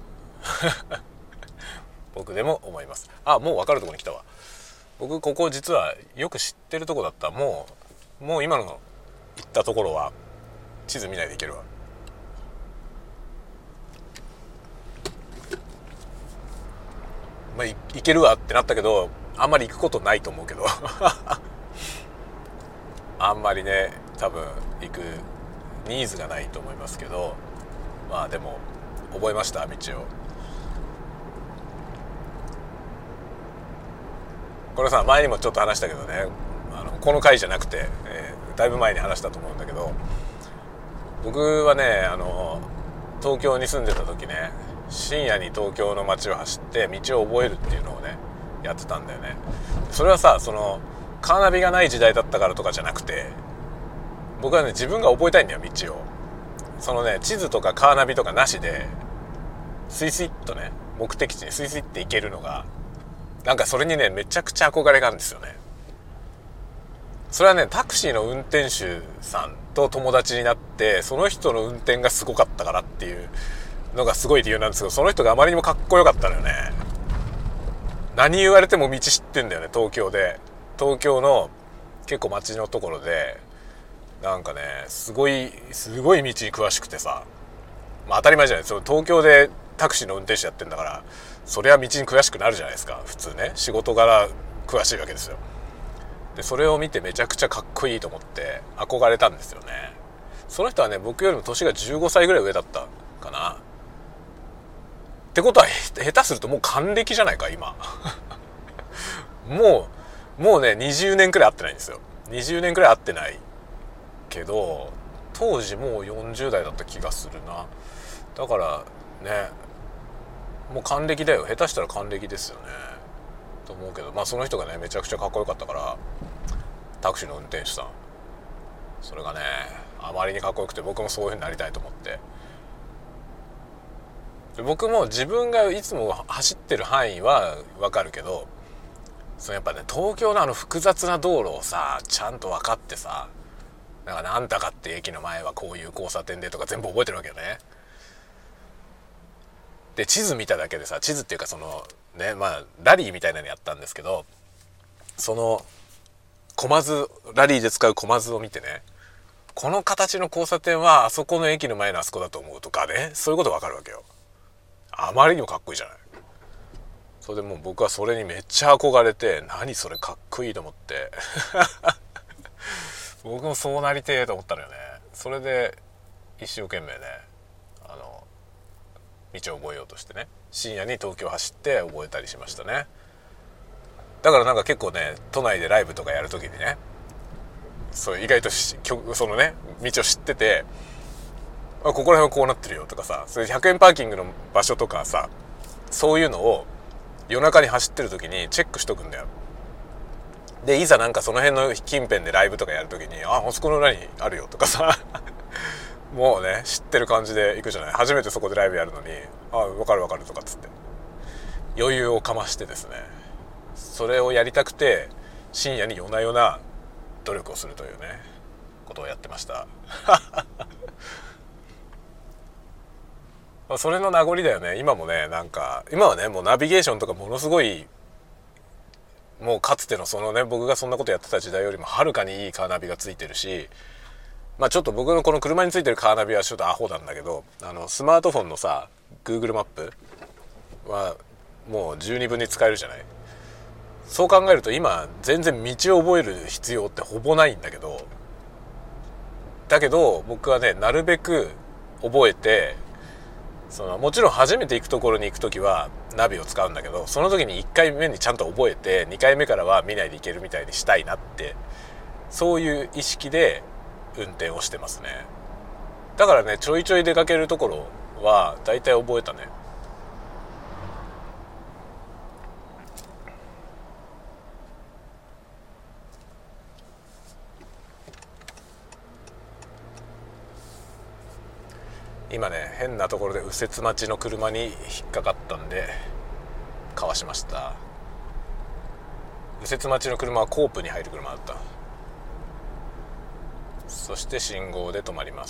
僕でも思います。あ、もう分かるところに来たわ。僕ここ実はよく知ってるとこだった。もうもう今の行ったところは地図見ないで行けるわ。まあ、い行けるわってなったけど、あんまり行くことないと思うけどあんまりね多分行くニーズがないと思いますけど、まあでも覚えました道を。これさ前にもちょっと話したけどね、あのこの回じゃなくて、えー、だいぶ前に話したと思うんだけど、僕はねあの東京に住んでた時ね、深夜に東京の街を走って道を覚えるっていうのをねやってたんだよね。それはさ、そのカーナビがない時代だったからとかじゃなくて、僕はね自分が覚えたいんだよ道を。そのね地図とかカーナビとかなしでスイスイっとね目的地にスイスイって行けるのが、なんかそれにねめちゃくちゃ憧れがあるんですよね。それはねタクシーの運転手さんと友達になって、その人の運転がすごかったからっていうのがすごい理由なんですけど、その人があまりにもかっこよかったのよね。何言われても道知ってんだよね。東京で東京の結構街のところでなんかねすごいすごい道に詳しくてさ、まあ当たり前じゃない。その東京でタクシーの運転手やってんだからそりゃ道に詳しくなるじゃないですか。普通ね、仕事柄詳しいわけですよ。でそれを見てめちゃくちゃかっこいいと思って憧れたんですよね。その人はね、僕よりも年がじゅうごさいぐらい上だったかな。ってことは下手するともう還暦じゃないか今もうもうねにじゅうねんくらい会ってないんですよ。にじゅうねんくらい会ってないけど、当時もうよんじゅう代だった気がするな。だからね、もう還暦だよ。下手したら還暦ですよねと思うけど、まあその人がねめちゃくちゃかっこよかったから、タクシーの運転手さん、それがねあまりにかっこよくて、僕もそういう風になりたいと思って。で僕も自分がいつも走ってる範囲は分かるけど、そのやっぱね東京のあの複雑な道路をさちゃんと分かってさ、なんかなんだかって駅の前はこういう交差点でとか全部覚えてるわけよね。で地図見ただけでさ、地図っていうかそのね、まあラリーみたいなのやったんですけど、その駒図、ラリーで使う駒図を見てね、この形の交差点はあそこの駅の前のあそこだと思うとかね、そういうこと分かるわけよ。あまりにもかっこいいじゃない。それでもう僕はそれにめっちゃ憧れて、何それかっこいいと思って僕もそうなりてえと思ったのよね。それで一生懸命ね、あの道を覚えようとしてね、深夜に東京走って覚えたりしましたね。だからなんか結構ね、都内でライブとかやるときにね、そう意外とそのね道を知ってて、あここら辺はこうなってるよとかさ、それひゃくえんパーキングの場所とかさ、そういうのを夜中に走ってる時にチェックしとくんだよ。でいざなんかその辺の近辺でライブとかやる時に、ああそこの裏にあるよとかさもうね知ってる感じで行くじゃない。初めてそこでライブやるのに、ああ分かる分かるとかっつって余裕をかましてですね、それをやりたくて深夜に夜な夜な努力をするというねことをやってましたそれの名残だよね。今もね、なんか今はねもうナビゲーションとかものすごい、もうかつてのそのね僕がそんなことやってた時代よりもはるかにいいカーナビがついてるし、まあちょっと僕のこの車についてるカーナビはちょっとアホなんだけど、あのスマートフォンのさ Google マップはもう十二分に使えるじゃない。そう考えると今全然道を覚える必要ってほぼないんだけど、だけど僕はねなるべく覚えて、そのもちろん初めて行くところに行く時はナビを使うんだけど、その時にいっかいめにちゃんと覚えてにかいめからは見ないで行けるみたいにしたいなって、そういう意識で運転をしてますね。だからねちょいちょい出かけるところはだいたい覚えたね。今ね変なところで右折待ちの車に引っかかったんでかわしました。右折待ちの車はコープに入る車だった。そして信号で止まります。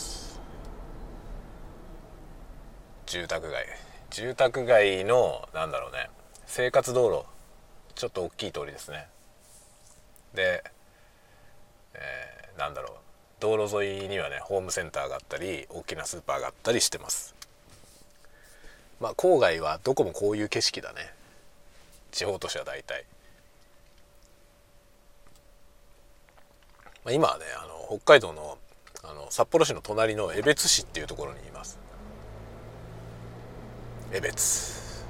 住宅街住宅街のなんだろうね、生活道路、ちょっと大きい通りですね。で、えー、なんだろう、道路沿いにはねホームセンターがあったり大きなスーパーがあったりしてます。まあ郊外はどこもこういう景色だね。地方都市は大体、まあ、今はねあの北海道の、あの札幌市の隣の江別市っていうところにいます。江別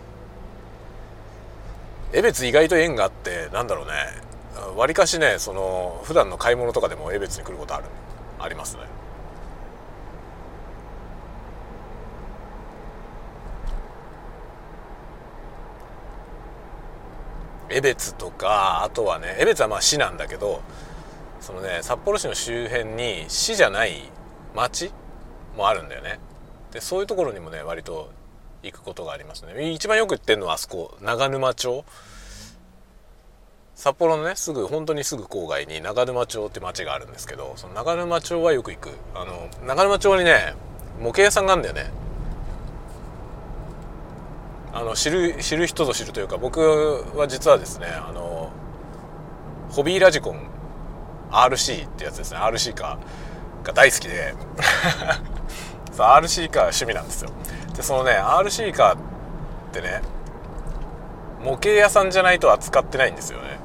江別意外と縁があって、なんだろうね、わりかしねその普段の買い物とかでも江別に来ることあるありますね。江別とか、あとはね江別はまあ市なんだけど、そのね札幌市の周辺に市じゃない町もあるんだよね。でそういうところにもね割と行くことがありますね。一番よく行ってるのはあそこ長沼町、札幌のねすぐ本当にすぐ郊外に長沼町って町があるんですけど、その長沼町はよく行く。あの長沼町にね模型屋さんがあるんだよね。あの知る知る人ぞ知るというか、僕は実はですねあのホビーラジコン アールシー ってやつですね、 アールシー カーが大好きでアールシー カー趣味なんですよ。でそのね アールシー カーってね模型屋さんじゃないと扱ってないんですよね。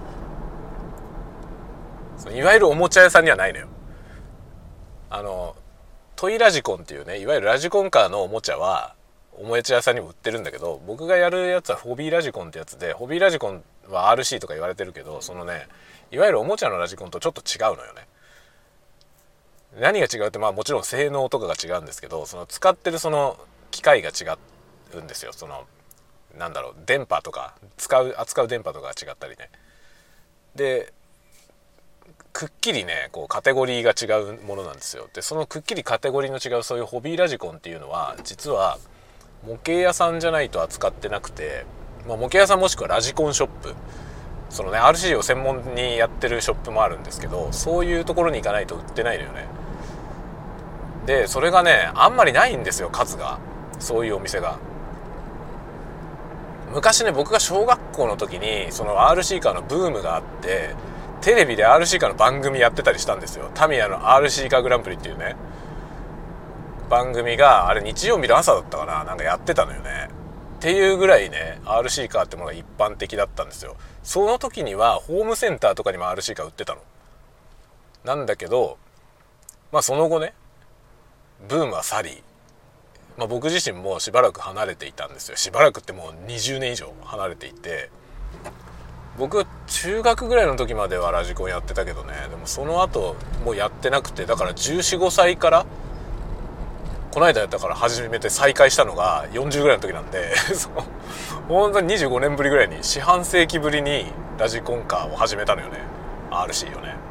いわゆるおもちゃ屋さんにはないのよ。あのトイラジコンっていうね、いわゆるラジコンカーのおもちゃはおもちゃ屋さんにも売ってるんだけど、僕がやるやつはホビーラジコンってやつで、ホビーラジコンは アールシー とか言われてるけど、そのねいわゆるおもちゃのラジコンとちょっと違うのよね。何が違うって、まあもちろん性能とかが違うんですけど、その使ってるその機械が違うんですよ。そのなんだろう、電波とか使う扱う電波とかが違ったりね。でくっきりねこうカテゴリーが違うものなんですよ。でそのくっきりカテゴリーの違うそういうホビーラジコンっていうのは実は模型屋さんじゃないと扱ってなくて、まあ、模型屋さんもしくはラジコンショップ、そのね アールシー を専門にやってるショップもあるんですけど、そういうところに行かないと売ってないのよね。でそれがねあんまりないんですよ、数が。そういうお店が昔ね、僕が小学校の時にその アールシー カーのブームがあって、テレビで アールシー カーの番組やってたりしたんですよ。タミヤの アールシー カーグランプリっていうね番組が、あれ日曜日の朝だったかな、なんかやってたのよね。っていうぐらいね アールシー カーってものが一般的だったんですよ。その時にはホームセンターとかにも アールシー カー売ってたのなんだけど、まあその後ねブームは去り、まあ、僕自身もしばらく離れていたんですよ。しばらくってもうにじゅうねん以上離れていて、僕中学ぐらいの時まではラジコンやってたけどね、でもその後もうやってなくて、だからじゅうよん、ごさいからこの間やったから始めて再開したのがよんじゅうぐらいの時なんで本当ににじゅうごねんぶりぐらいに、四半世紀ぶりにラジコンカーを始めたのよね、 アールシー をね。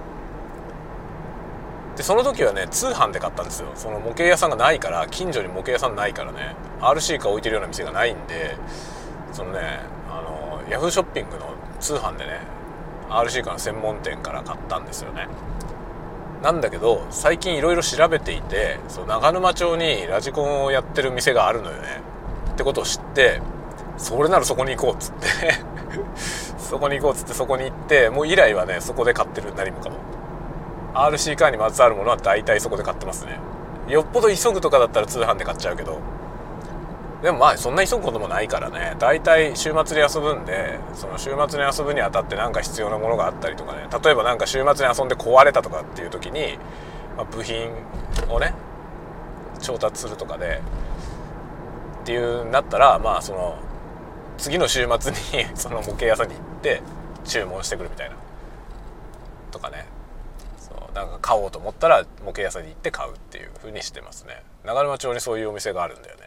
でその時はね通販で買ったんですよ。その模型屋さんがないから、近所に模型屋さんないからね アールシー カー置いてるような店がないんで、そのねあのヤフーショッピングの通販でね アールシー カーの専門店から買ったんですよね。なんだけど最近いろいろ調べていて、その長沼町にラジコンをやってる店があるのよねってことを知って、それならそこに行こうっつってそこに行こうっつってそこに行って、もう以来はねそこで買ってる。何もかも アールシー カーにまつわるものは大体そこで買ってますね。よっぽど急ぐとかだったら通販で買っちゃうけど、でもまあそんな急ぐこともないからね、大体週末に遊ぶんで、その週末に遊ぶにあたって何か必要なものがあったりとかね、例えばなんか週末に遊んで壊れたとかっていう時に、まあ、部品をね調達するとかでっていうなったら、まあその次の週末にその模型屋さんに行って注文してくるみたいなとかね、そうなんか買おうと思ったら模型屋さんに行って買うっていう風にしてますね。長沼町にそういうお店があるんだよね。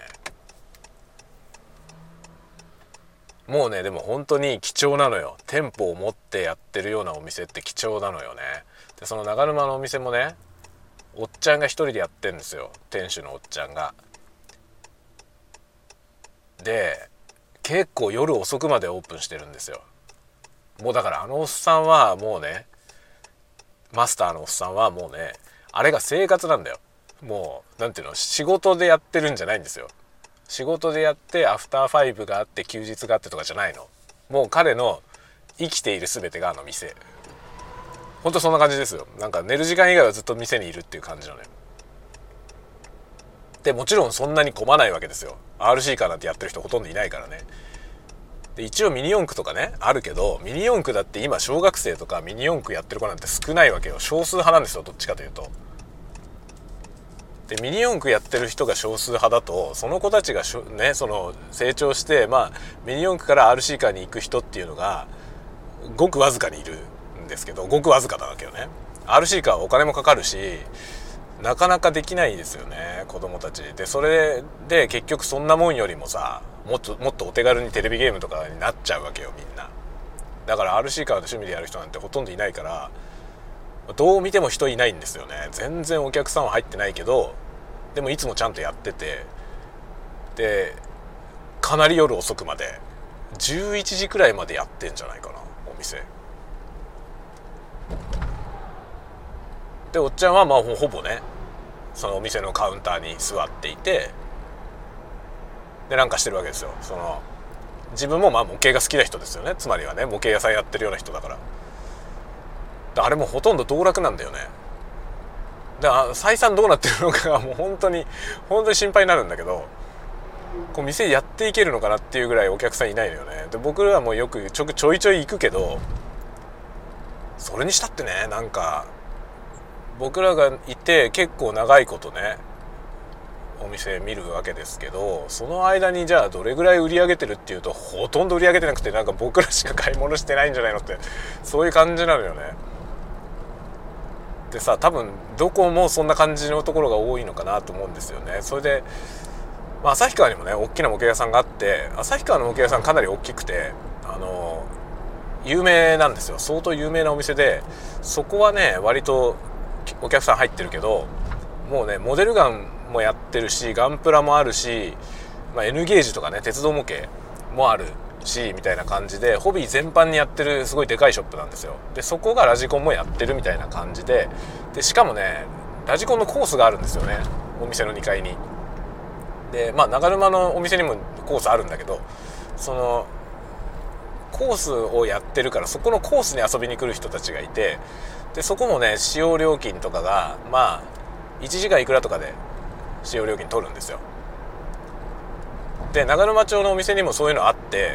もうねでも本当に貴重なのよ。店舗を持ってやってるようなお店って貴重なのよね。でその長沼のお店もねおっちゃんが一人でやってんですよ、店主のおっちゃんが。で結構夜遅くまでオープンしてるんですよ。もうだからあのおっさんはもうね、マスターのおっさんはもうねあれが生活なんだよ。もうなんていうの、仕事でやってるんじゃないんですよ。仕事でやってアフターファイブがあって休日があってとかじゃないの。もう彼の生きている全てがあの店。ほんとそんな感じですよ。なんか寝る時間以外はずっと店にいるっていう感じなのよ。でもちろんそんなに混まないわけですよ。 アールシー カーなんてやってる人ほとんどいないからね。で一応ミニ四駆とかねあるけど、ミニ四駆だって今小学生とかミニ四駆やってる子なんて少ないわけよ。少数派なんですよ、どっちかというと。でミニ四駆やってる人が少数派だと、その子たちがしょ、ね、その成長して、まあ、ミニ四駆から アールシー カーに行く人っていうのがごくわずかにいるんですけど、ごくわずかなわけよね。 アールシー カーはお金もかかるしなかなかできないですよね、子供たちで。それで結局そんなもんよりもさ、もっともっとお手軽にテレビゲームとかになっちゃうわけよ、みんな。だから アールシー カーで趣味でやる人なんてほとんどいないから、どう見ても人いないんですよね。全然お客さんは入ってないけど、でもいつもちゃんとやってて、でかなり夜遅くまでじゅういちじくらいまでやってんじゃないかな、お店で。おっちゃんはまあほぼねそのお店のカウンターに座っていて、でなんかしてるわけですよ。その自分もまあ模型が好きな人ですよね。つまりはね模型屋さんやってるような人だから。あれもほとんど道楽なんだよね。で採算どうなってるのかがもう本当に本当に心配になるんだけど、 こう店やっていけるのかなっていうぐらいお客さんいないのよね。で僕らもよくちょちょいちょい行くけど、それにしたってね、なんか僕らがいて結構長いことねお店見るわけですけど、その間にじゃあどれぐらい売り上げてるっていうと、ほとんど売り上げてなくて、なんか僕らしか買い物してないんじゃないのって、そういう感じなのよね。でさ、多分どこもそんな感じのところが多いのかなと思うんですよね。それで、まあ、旭川にもね大きな模型屋さんがあって、旭川の模型屋さんかなり大きくて、あの有名なんですよ。相当有名なお店で、そこはね割とお客さん入ってるけど、もうねモデルガンもやってるし、ガンプラもあるし、まあ、N ゲージとかね鉄道模型もあるしみたいな感じで、ホビー全般にやってるすごいでかいショップなんですよ。でそこがラジコンもやってるみたいな感じで、でしかもねラジコンのコースがあるんですよね、お店のにかいに。でまあ長沼のお店にもコースあるんだけど、そのコースをやってるから、そこのコースに遊びに来る人たちがいて、でそこもね使用料金とかがまあいちじかんいくらとかで使用料金取るんですよ。で長沼町のお店にもそういうのあって、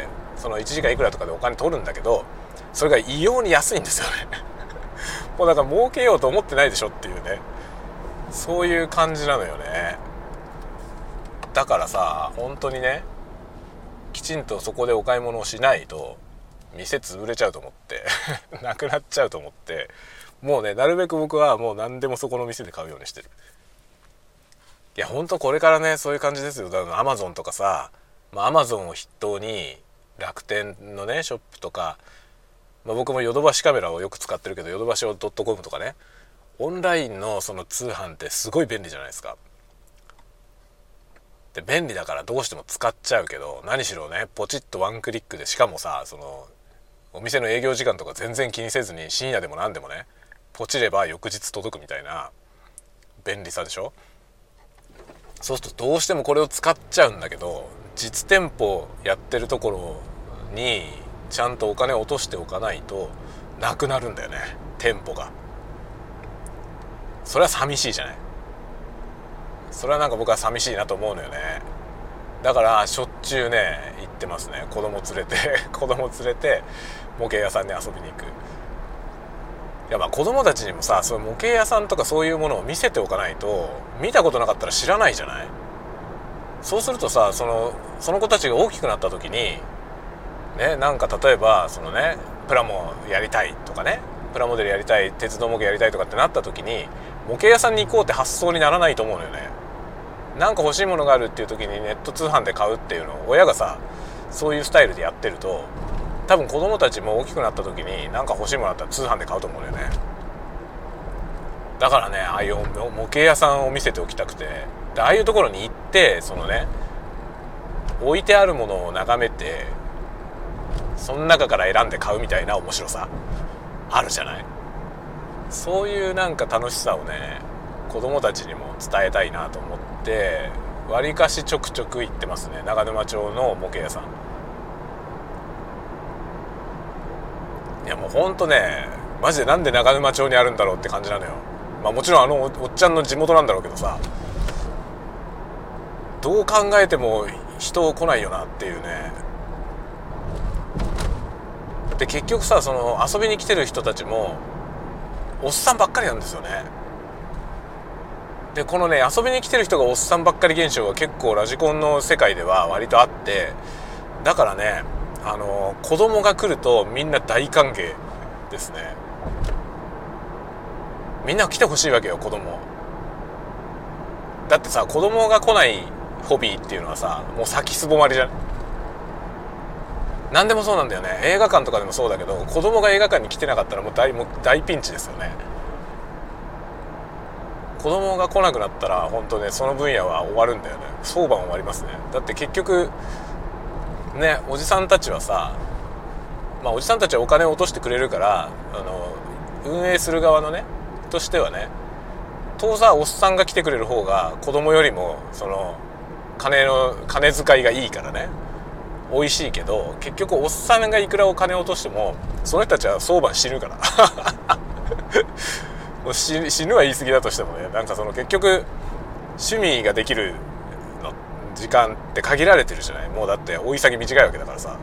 そのいちじかんいくらとかでお金取るんだけど、それが異様に安いんですよねもうだから儲けようと思ってないでしょっていうね、そういう感じなのよね。だからさ、本当にねきちんとそこでお買い物をしないと店潰れちゃうと思ってなくなっちゃうと思って、もうねなるべく僕はもう何でもそこの店で買うようにしてる。いや本当これからねそういう感じですよ。だからアマゾンとかさ、まあ、アマゾンを筆頭に楽天のねショップとか、まあ、僕もヨドバシカメラをよく使ってるけど、ヨドバシドットコムとかね、オンラインのその通販ってすごい便利じゃないですか。で便利だからどうしても使っちゃうけど、何しろねポチッとワンクリックで、しかもさ、そのお店の営業時間とか全然気にせずに深夜でも何でもねポチれば翌日届くみたいな便利さでしょ。そうするとどうしてもこれを使っちゃうんだけど、実店舗やってるところにちゃんとお金を落としておかないとなくなるんだよね、店舗が。それは寂しいじゃない。それはなんか僕は寂しいなと思うのよね。だからしょっちゅうね行ってますね、子供連れて子供連れて模型屋さんに遊びに行く。いやまあ子供たちにもさ、そういう模型屋さんとかそういうものを見せておかないと、見たことなかったら知らないじゃない。そうするとさ、そのその子たちが大きくなった時にね、なんか例えばそのねプラモやりたいとかね、プラモデルやりたい、鉄道模型やりたいとかってなった時に模型屋さんに行こうって発想にならないと思うのよね。なんか欲しいものがあるっていう時にネット通販で買うっていうのを親がさそういうスタイルでやってると、多分子供たちも大きくなった時になんか欲しいものあったら通販で買うと思うのよね。だからね、ああいう模型屋さんを見せておきたくて、でああいうところに行ってそのね置いてあるものを眺めて、その中から選んで買うみたいな面白さあるじゃない。そういうなんか楽しさをね子供たちにも伝えたいなと思って、わりかしちょくちょく行ってますね、長沼町の模型屋さん。いやもうほんとねマジでなんで長沼町にあるんだろうって感じなのよ。まあもちろんあの お, おっちゃんの地元なんだろうけどさ、どう考えても人来ないよなっていうね。で結局さ、その遊びに来てる人たちもおっさんばっかりなんですよね。でこのね遊びに来てる人がおっさんばっかり現象は結構ラジコンの世界では割とあって、だからねあの子供が来るとみんな大歓迎ですね。みんな来てほしいわけよ、子供。だってさ子供が来ないホビーっていうのはさもう先すぼまりじゃん。何でもそうなんだよね。映画館とかでもそうだけど、子供が映画館に来てなかったらもう 大, もう大ピンチですよね。子供が来なくなったら本当ねその分野は終わるんだよね。相場も終わりますね。だって結局ねおじさんたちはさ、まあおじさんたちはお金を落としてくれるから、あの運営する側のねとしてはね、当座おっさんが来てくれる方が子供よりもその金の金遣いがいいからね美味しいけど、結局おっさんがいくらお金を落としてもその人たちは相場死ぬからもう 死, 死ぬは言い過ぎだとしてもね、なんかその結局趣味ができるの時間って限られてるじゃない。もうだって追い先短いわけだからさ。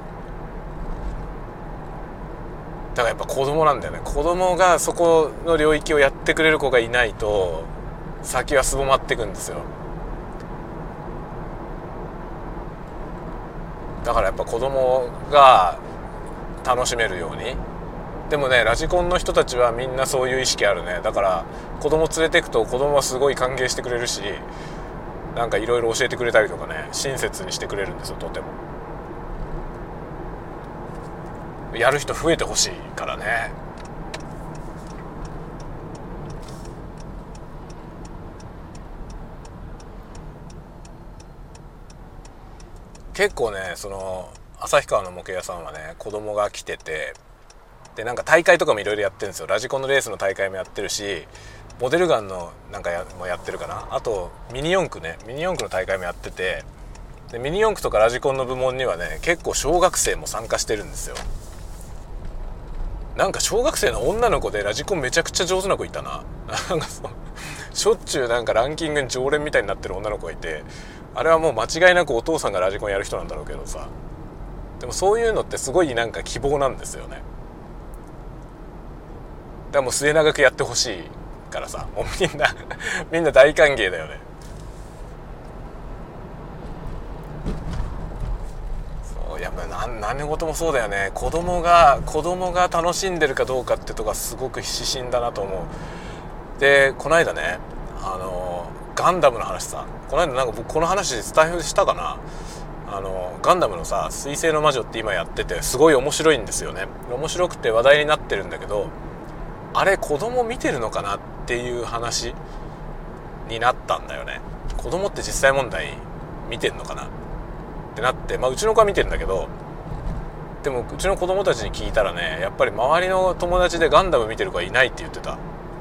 だからやっぱ子供なんだよね。子供がそこの領域をやってくれる子がいないと先はすぼまっていくんですよ。だからやっぱ子供が楽しめるように。でもねラジコンの人たちはみんなそういう意識あるね。だから子供連れてくと子供はすごい歓迎してくれるし、なんかいろいろ教えてくれたりとかね、親切にしてくれるんですよ。とてもやる人増えてほしいからね。結構ねその旭川の模型屋さんはね子供が来てて、でなんか大会とかもいろいろやってるんですよ。ラジコンのレースの大会もやってるし、モデルガンのなんかやもやってるかな。あとミニ四駆ね、ミニ四駆の大会もやってて、でミニ四駆とかラジコンの部門にはね結構小学生も参加してるんですよ。なんか小学生の女の子でラジコンめちゃくちゃ上手な子いたな。なんかそうしょっちゅうなんかランキングに常連みたいになってる女の子がいて、あれはもう間違いなくお父さんがラジコンやる人なんだろうけどさ、でもそういうのってすごいなんか希望なんですよね。だからもう末永くやってほしいからさ、もうみんなみんな大歓迎だよね。そうやっぱ何何事もそうだよね。子供が子供が楽しんでるかどうかってとこがすごく指針だなと思う。でこの間ねあのガンダムの話さ、この間なんか僕この話スタイフしたかな。あのガンダムのさ水星の魔女って今やっててすごい面白いんですよね。面白くて話題になってるんだけど、あれ子供見てるのかなっていう話になったんだよね。子供って実際問題見てんのかなってなって、まあうちの子は見てるんだけど、でもうちの子供たちに聞いたらね、やっぱり周りの友達でガンダム見てる子はいないって言ってた。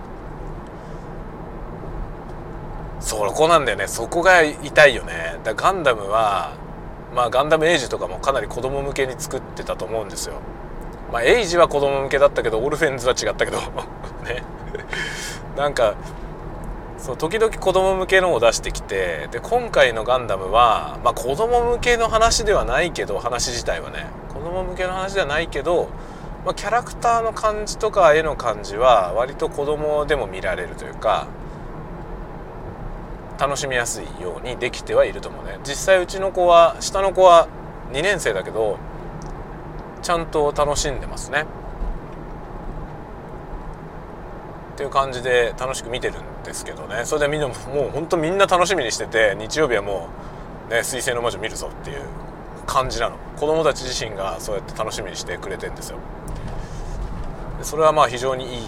そこなんだよね。そこが痛いよね。だからガンダムはまあガンダムエイジとかもかなり子供向けに作ってたと思うんですよ。まあエイジは子供向けだったけどオルフェンズは違ったけどねなんかそう時々子供向けのを出してきて、で今回のガンダムはまあ子供向けの話ではないけど、話自体はね子供向けの話ではないけど、まあ、キャラクターの感じとか絵の感じは割と子供でも見られるというか楽しみやすいようにできてはいると思うね。実際うちの子は下の子はにねん生だけどちゃんと楽しんでますねっていう感じで楽しく見てるんですけどね。それでみんなもう本当みんな楽しみにしてて、日曜日はもうね水星の魔女見るぞっていう感じなの。子供たち自身がそうやって楽しみにしてくれてるんですよ。でそれはまあ非常にいい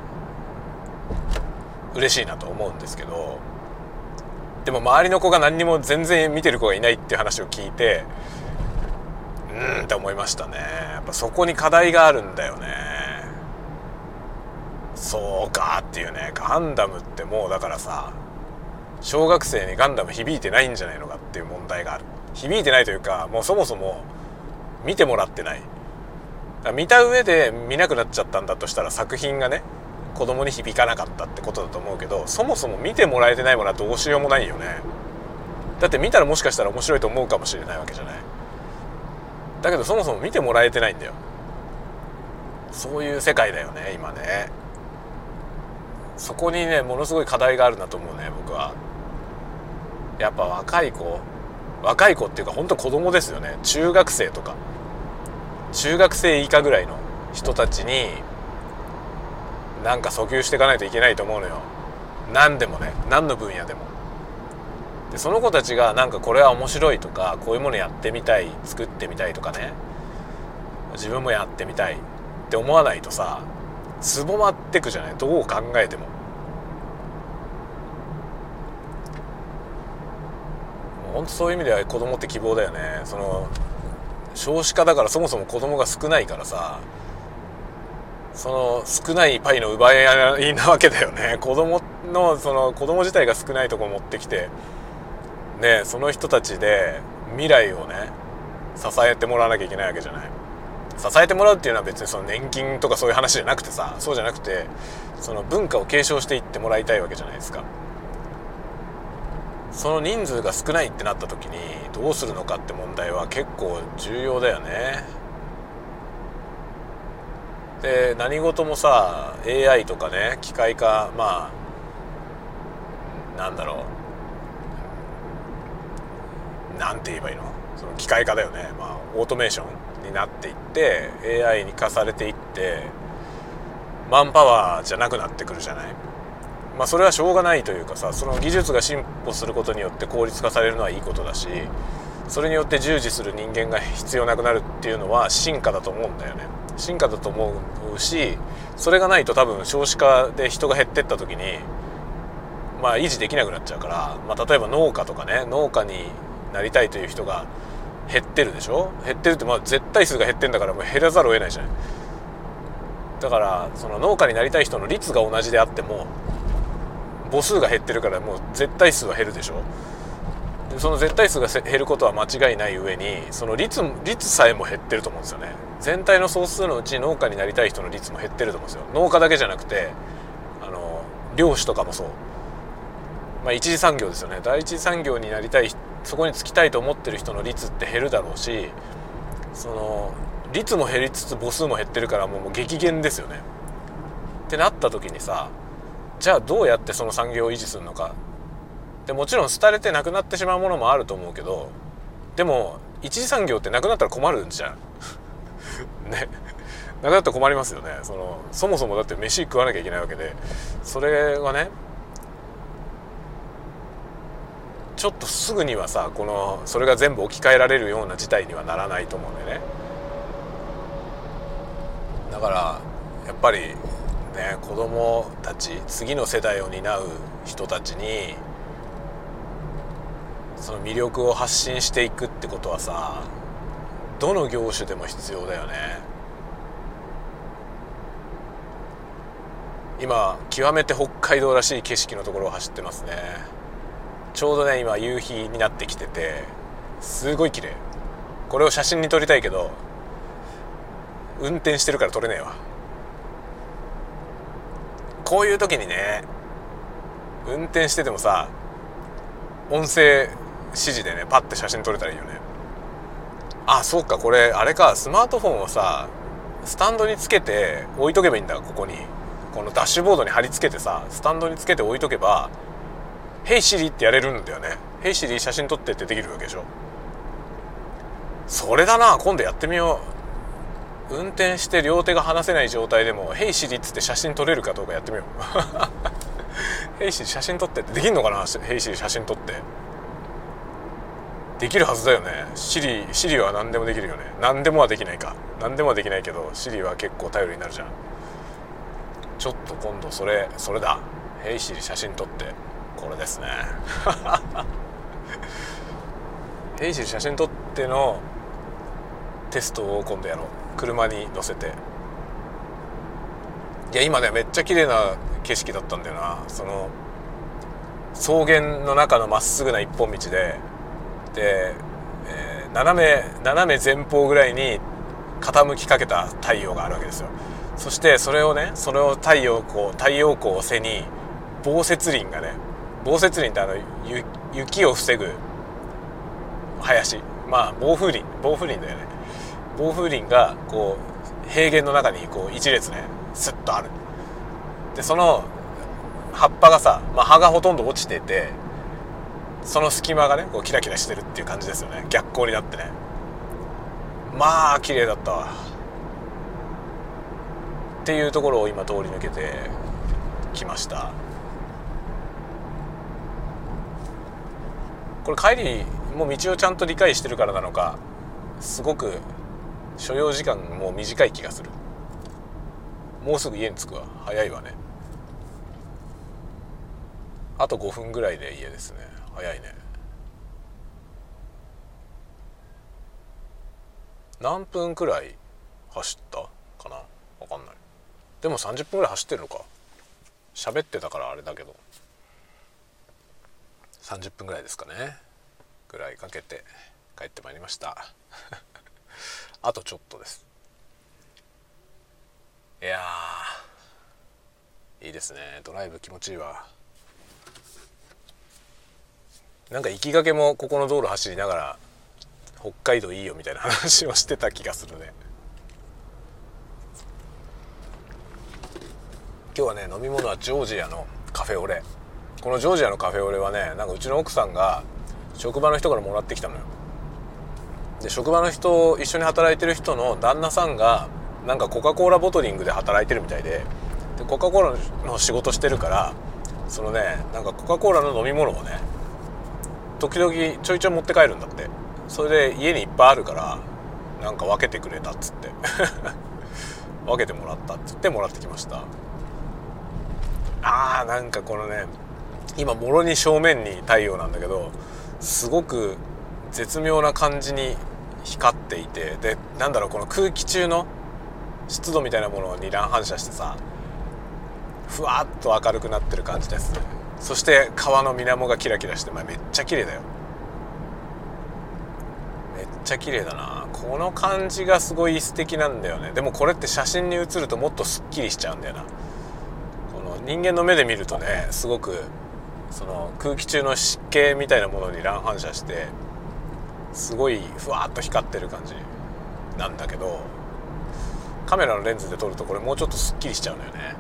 嬉しいなと思うんですけど、でも周りの子が何にも全然見てる子がいないっていう話を聞いてうーんって思いましたね。やっぱそこに課題があるんだよね。そうかっていうね。ガンダムってもうだからさ小学生にガンダム響いてないんじゃないのかっていう問題がある。響いてないというかもうそもそも見てもらってない。見た上で見なくなっちゃったんだとしたら作品がね子供に響かなかったってことだと思うけど、そもそも見てもらえてないものはどうしようもないよね。だって見たらもしかしたら面白いと思うかもしれないわけじゃない。だけどそもそも見てもらえてないんだよ。そういう世界だよね今ね。そこにねものすごい課題があるなと思うね僕は。やっぱ若い子若い子っていうか本当子供ですよね。中学生とか中学生以下ぐらいの人たちになんか訴求していかないといけないと思うのよ。何でもね、何の分野でも。でその子たちがなんかこれは面白いとかこういうものやってみたい作ってみたいとかね自分もやってみたいって思わないとさつぼまってくじゃない。どう考えても本当そういう意味では子供って希望だよね。その少子化だからそもそも子供が少ないからさ、その少ないパイの奪い合いなわけだよね。子供のその子供自体が少ないところ持ってきてね、その人たちで未来をね支えてもらわなきゃいけないわけじゃない。支えてもらうっていうのは別にその年金とかそういう話じゃなくてさ、そうじゃなくてその文化を継承していってもらいたいわけじゃないですか。 その人数が少ないってなった時にどうするのかって問題は結構重要だよね。で何事もさ エーアイ とかね機械化、まあなんだろう、なんて言えばいいの、その機械化だよね。まあオートメーションになっていって エーアイ に化されていってマンパワーじゃなくなってくるじゃない。まあそれはしょうがないというかさ、その技術が進歩することによって効率化されるのはいいことだし、それによって従事する人間が必要なくなるっていうのは進化だと思うんだよね。進化だと思うし、それがないと多分少子化で人が減ってった時にまあ維持できなくなっちゃうから、まあ、例えば農家とかね、農家になりたいという人が減ってるでしょ。減ってるってまあ絶対数が減ってんだからもう減らざるを得ないじゃない。だからその農家になりたい人の率が同じであっても母数が減ってるからもう絶対数は減るでしょ。でその絶対数が減ることは間違いない上にその率率さえも減ってると思うんですよね。全体の総数のうち農家になりたい人の率も減ってると思うんですよ。農家だけじゃなくてあの漁師とかもそう、まあ、一次産業ですよね。第一次産業になりたい、そこに就きたいと思ってる人の率って減るだろうし、その率も減りつつ母数も減ってるからもう激減ですよね。ってなった時にさ、じゃあどうやってその産業を維持するのか。でもちろん廃れてなくなってしまうものもあると思うけど、でも一次産業ってなくなったら困るんじゃんね、なくなったら困りますよね。そのそもそもだって飯食わなきゃいけないわけで、それがねちょっとすぐにはさ、このそれが全部置き換えられるような事態にはならないと思うんだよね。だからやっぱりね、子供たち、次の世代を担う人たちにその魅力を発信していくってことはさ、どの業種でも必要だよね。今極めて北海道らしい景色のところを走ってますね。ちょうどね今夕日になってきててすごい綺麗。これを写真に撮りたいけど運転してるから撮れねえわ。こういう時にね、運転しててもさ音声指示でねパッて写真撮れたらいいよね。あ、そうか、これあれか、スマートフォンをさスタンドにつけて置いとけばいいんだ。ここにこのダッシュボードに貼り付けてさスタンドにつけて置いとけばヘイシリってやれるんだよね。ヘイシリ写真撮ってってできるわけでしょ。それだな、今度やってみよう。運転して両手が離せない状態でもヘイシリっつって写真撮れるかどうかやってみようヘイシリ写真撮ってってできんのかな。ヘイシリ写真撮ってできるはずだよね。シリシリは何でもできるよね。何でもはできないか。何でもはできないけどシリは結構頼りになるじゃん。ちょっと今度それそれだ。ヘイシリ写真撮ってこれですねヘイシリ写真撮ってのテストを今度やろう。車に乗せて。いや今ねめっちゃ綺麗な景色だったんだよな。その草原の中のまっすぐな一本道でで、えー、斜め斜め前方ぐらいに傾きかけた太陽があるわけですよ。そしてそれをねそれを太陽光太陽光を背に防雪林がね、防雪林ってあの雪を防ぐ林、まあ暴風林暴風林だよね。暴風林がこう平原の中にこう一列ねスッとある。でその葉っぱがさ、まあ、葉がほとんど落ちててその隙間がねこうキラキラしてるっていう感じですよね。逆光になってね、まあ綺麗だったわっていうところを今通り抜けてきました。これ帰りもう道をちゃんと理解してるからなのかすごく所要時間も短い気がする。もうすぐ家に着くわ。早いわね。あとごふんぐらいで家ですね。早いね。何分くらい走ったかな、わかんない。でもさんじゅっぷんぐらい走ってるのか。喋ってたからあれだけどさんじゅっぷんぐらいですかね。ぐらいかけて帰ってまいりましたあとちょっとです。いやーいいですね。ドライブ気持ちいいわ。 なんか行きがけもここの道路走りながら北海道いいよみたいな話をしてた気がするね。今日はね飲み物はジョージアのカフェオレ。このジョージアのカフェオレはね、なんかうちの奥さんが職場の人からもらってきたのよ。で職場の人、一緒に働いてる人の旦那さんがなんかコカ・コーラボトリングで働いてるみたいで、でコカ・コーラの仕事してるから、そのねなんかコカ・コーラの飲み物をね時々ちょいちょい持って帰るんだって。それで家にいっぱいあるからなんか分けてくれたっつって分けてもらったって言ってもらってきました。あーなんかこのね今もろに正面に太陽なんだけど、すごく絶妙な感じに光っていて、でなんだろう、この空気中の湿度みたいなものに乱反射してさ、ふわっと明るくなってる感じです。そして川の水面がキラキラして、まあ、めっちゃ綺麗だよ。めっちゃ綺麗だな。この感じがすごい素敵なんだよね。でもこれって写真に写るともっとすっきりしちゃうんだよな。この人間の目で見るとね、すごくその空気中の湿気みたいなものに乱反射してすごいふわっと光ってる感じなんだけど、カメラのレンズで撮るとこれもうちょっとすっきりしちゃうのよね。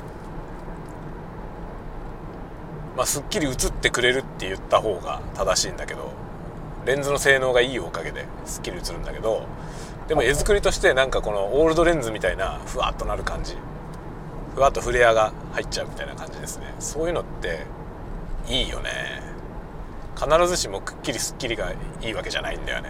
まあすっきり映ってくれるって言った方が正しいんだけど、レンズの性能がいいおかげですっきり映るんだけど、でも絵作りとしてなんかこのオールドレンズみたいなふわっとなる感じ、ふわっとフレアが入っちゃうみたいな感じですね。そういうのっていいよね。必ずしもくっきりすっきりがいいわけじゃないんだよね。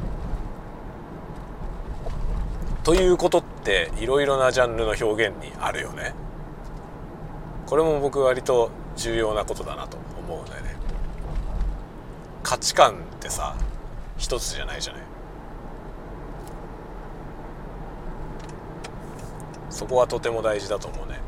ということっていろいろなジャンルの表現にあるよね。これも僕割と重要なことだなと思うんだよね。価値観ってさ一つじゃないじゃない。そこはとても大事だと思うね。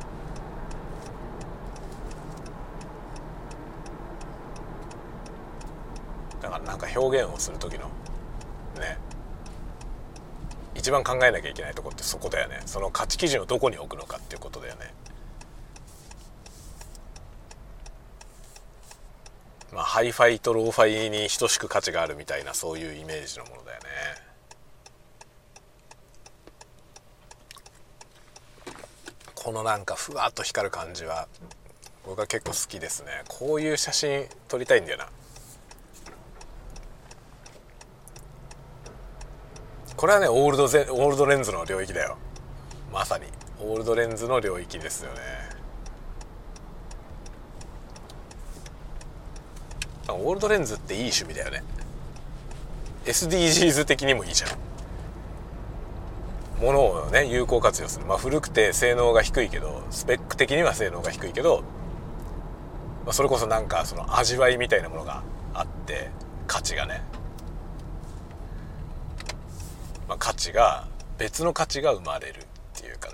だからなんか表現をする時のね、一番考えなきゃいけないとこってそこだよね。その価値基準をどこに置くのかっていうことだよね。まあハイファイとローファイに等しく価値があるみたいな、そういうイメージのものだよね。このなんかふわっと光る感じは僕は結構好きですね。こういう写真撮りたいんだよな。これはねオールドゼオールドレンズの領域だよ。まさにオールドレンズの領域ですよね。オールドレンズっていい趣味だよね。 エスディージーズ 的にもいいじゃん。ものをね有効活用する。まあ古くて性能が低いけど、スペック的には性能が低いけど、まあ、それこそなんかその味わいみたいなものがあって価値がね、まあ、価値が別の価値が生まれるっていうかね。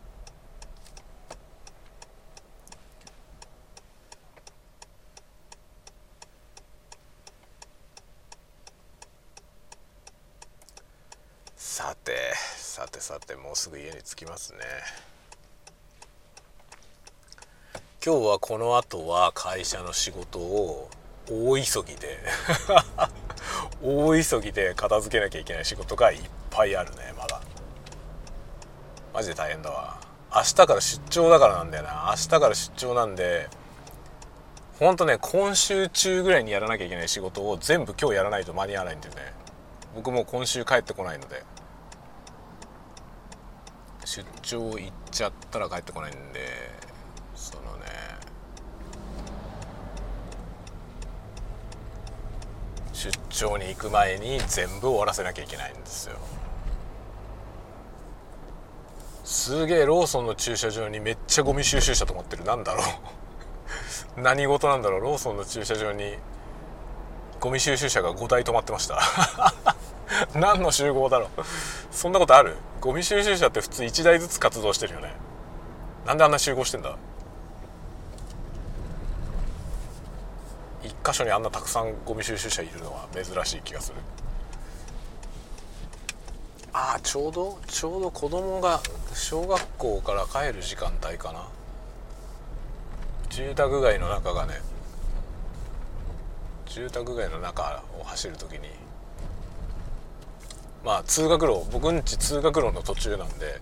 さてさてさてもうすぐ家に着きますね。今日はこの後は会社の仕事を大急ぎで大急ぎで片付けなきゃいけない仕事がいっぱいあるね。まだマジで大変だわ。明日から出張だからなんだよな。明日から出張なんで、ほんとね今週中ぐらいにやらなきゃいけない仕事を全部今日やらないと間に合わないんだよね。僕も今週帰ってこないので、出張行っちゃったら帰ってこないんで、そのね出張に行く前に全部終わらせなきゃいけないんですよ。すげえローソンの駐車場にめっちゃゴミ収集車と思ってる。なんだろう何事なんだろう。ローソンの駐車場にゴミ収集車がごだい止まってました何の集合だろうそんなことある？ゴミ収集車って普通いちだいずつ活動してるよね。なんであんな集合してんだ。一箇所にあんなたくさんゴミ収集車いるのは珍しい気がする。ああちょうどちょうど子供が小学校から帰る時間帯かな。住宅街の中がね住宅街の中を走る時に、まあ通学路、僕んち通学路の途中なんで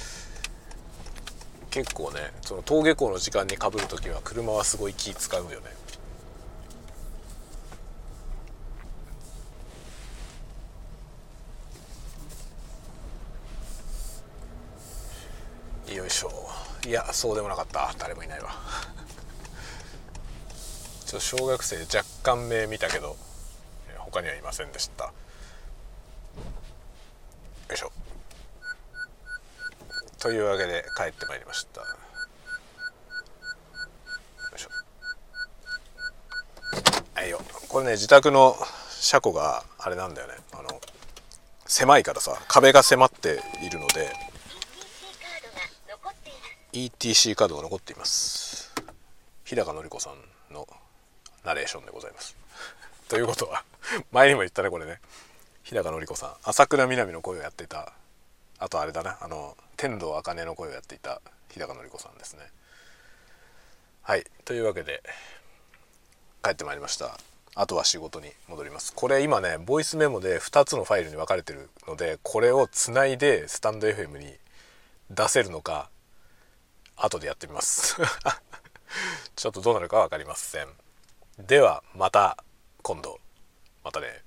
結構ね、その登下校の時間に被る時は車はすごい気使うよね。よいしょ。いや、そうでもなかった。誰もいないわ。ちょっと小学生若干目見たけど他にはいませんでした。よいしょ。というわけで帰ってまいりました。よいしょ。はいよ。これね、自宅の車庫があれなんだよね、あの狭いからさ、壁が迫っているので イーティーシー カードが残っています。日高のり子さんのナレーションでございます。ということは前にも言ったね、これね、日高のり子さん、朝倉みなみの声をやっていた、あとあれだな、あの天童茜の声をやっていた日高のり子さんですね。はい、というわけで帰ってまいりました。あとは仕事に戻ります。これ今ね、ボイスメモでふたつのファイルに分かれてるので、これをつないでスタンド エフエム に出せるのか後でやってみますちょっとどうなるか分かりません。ではまた今度。またね。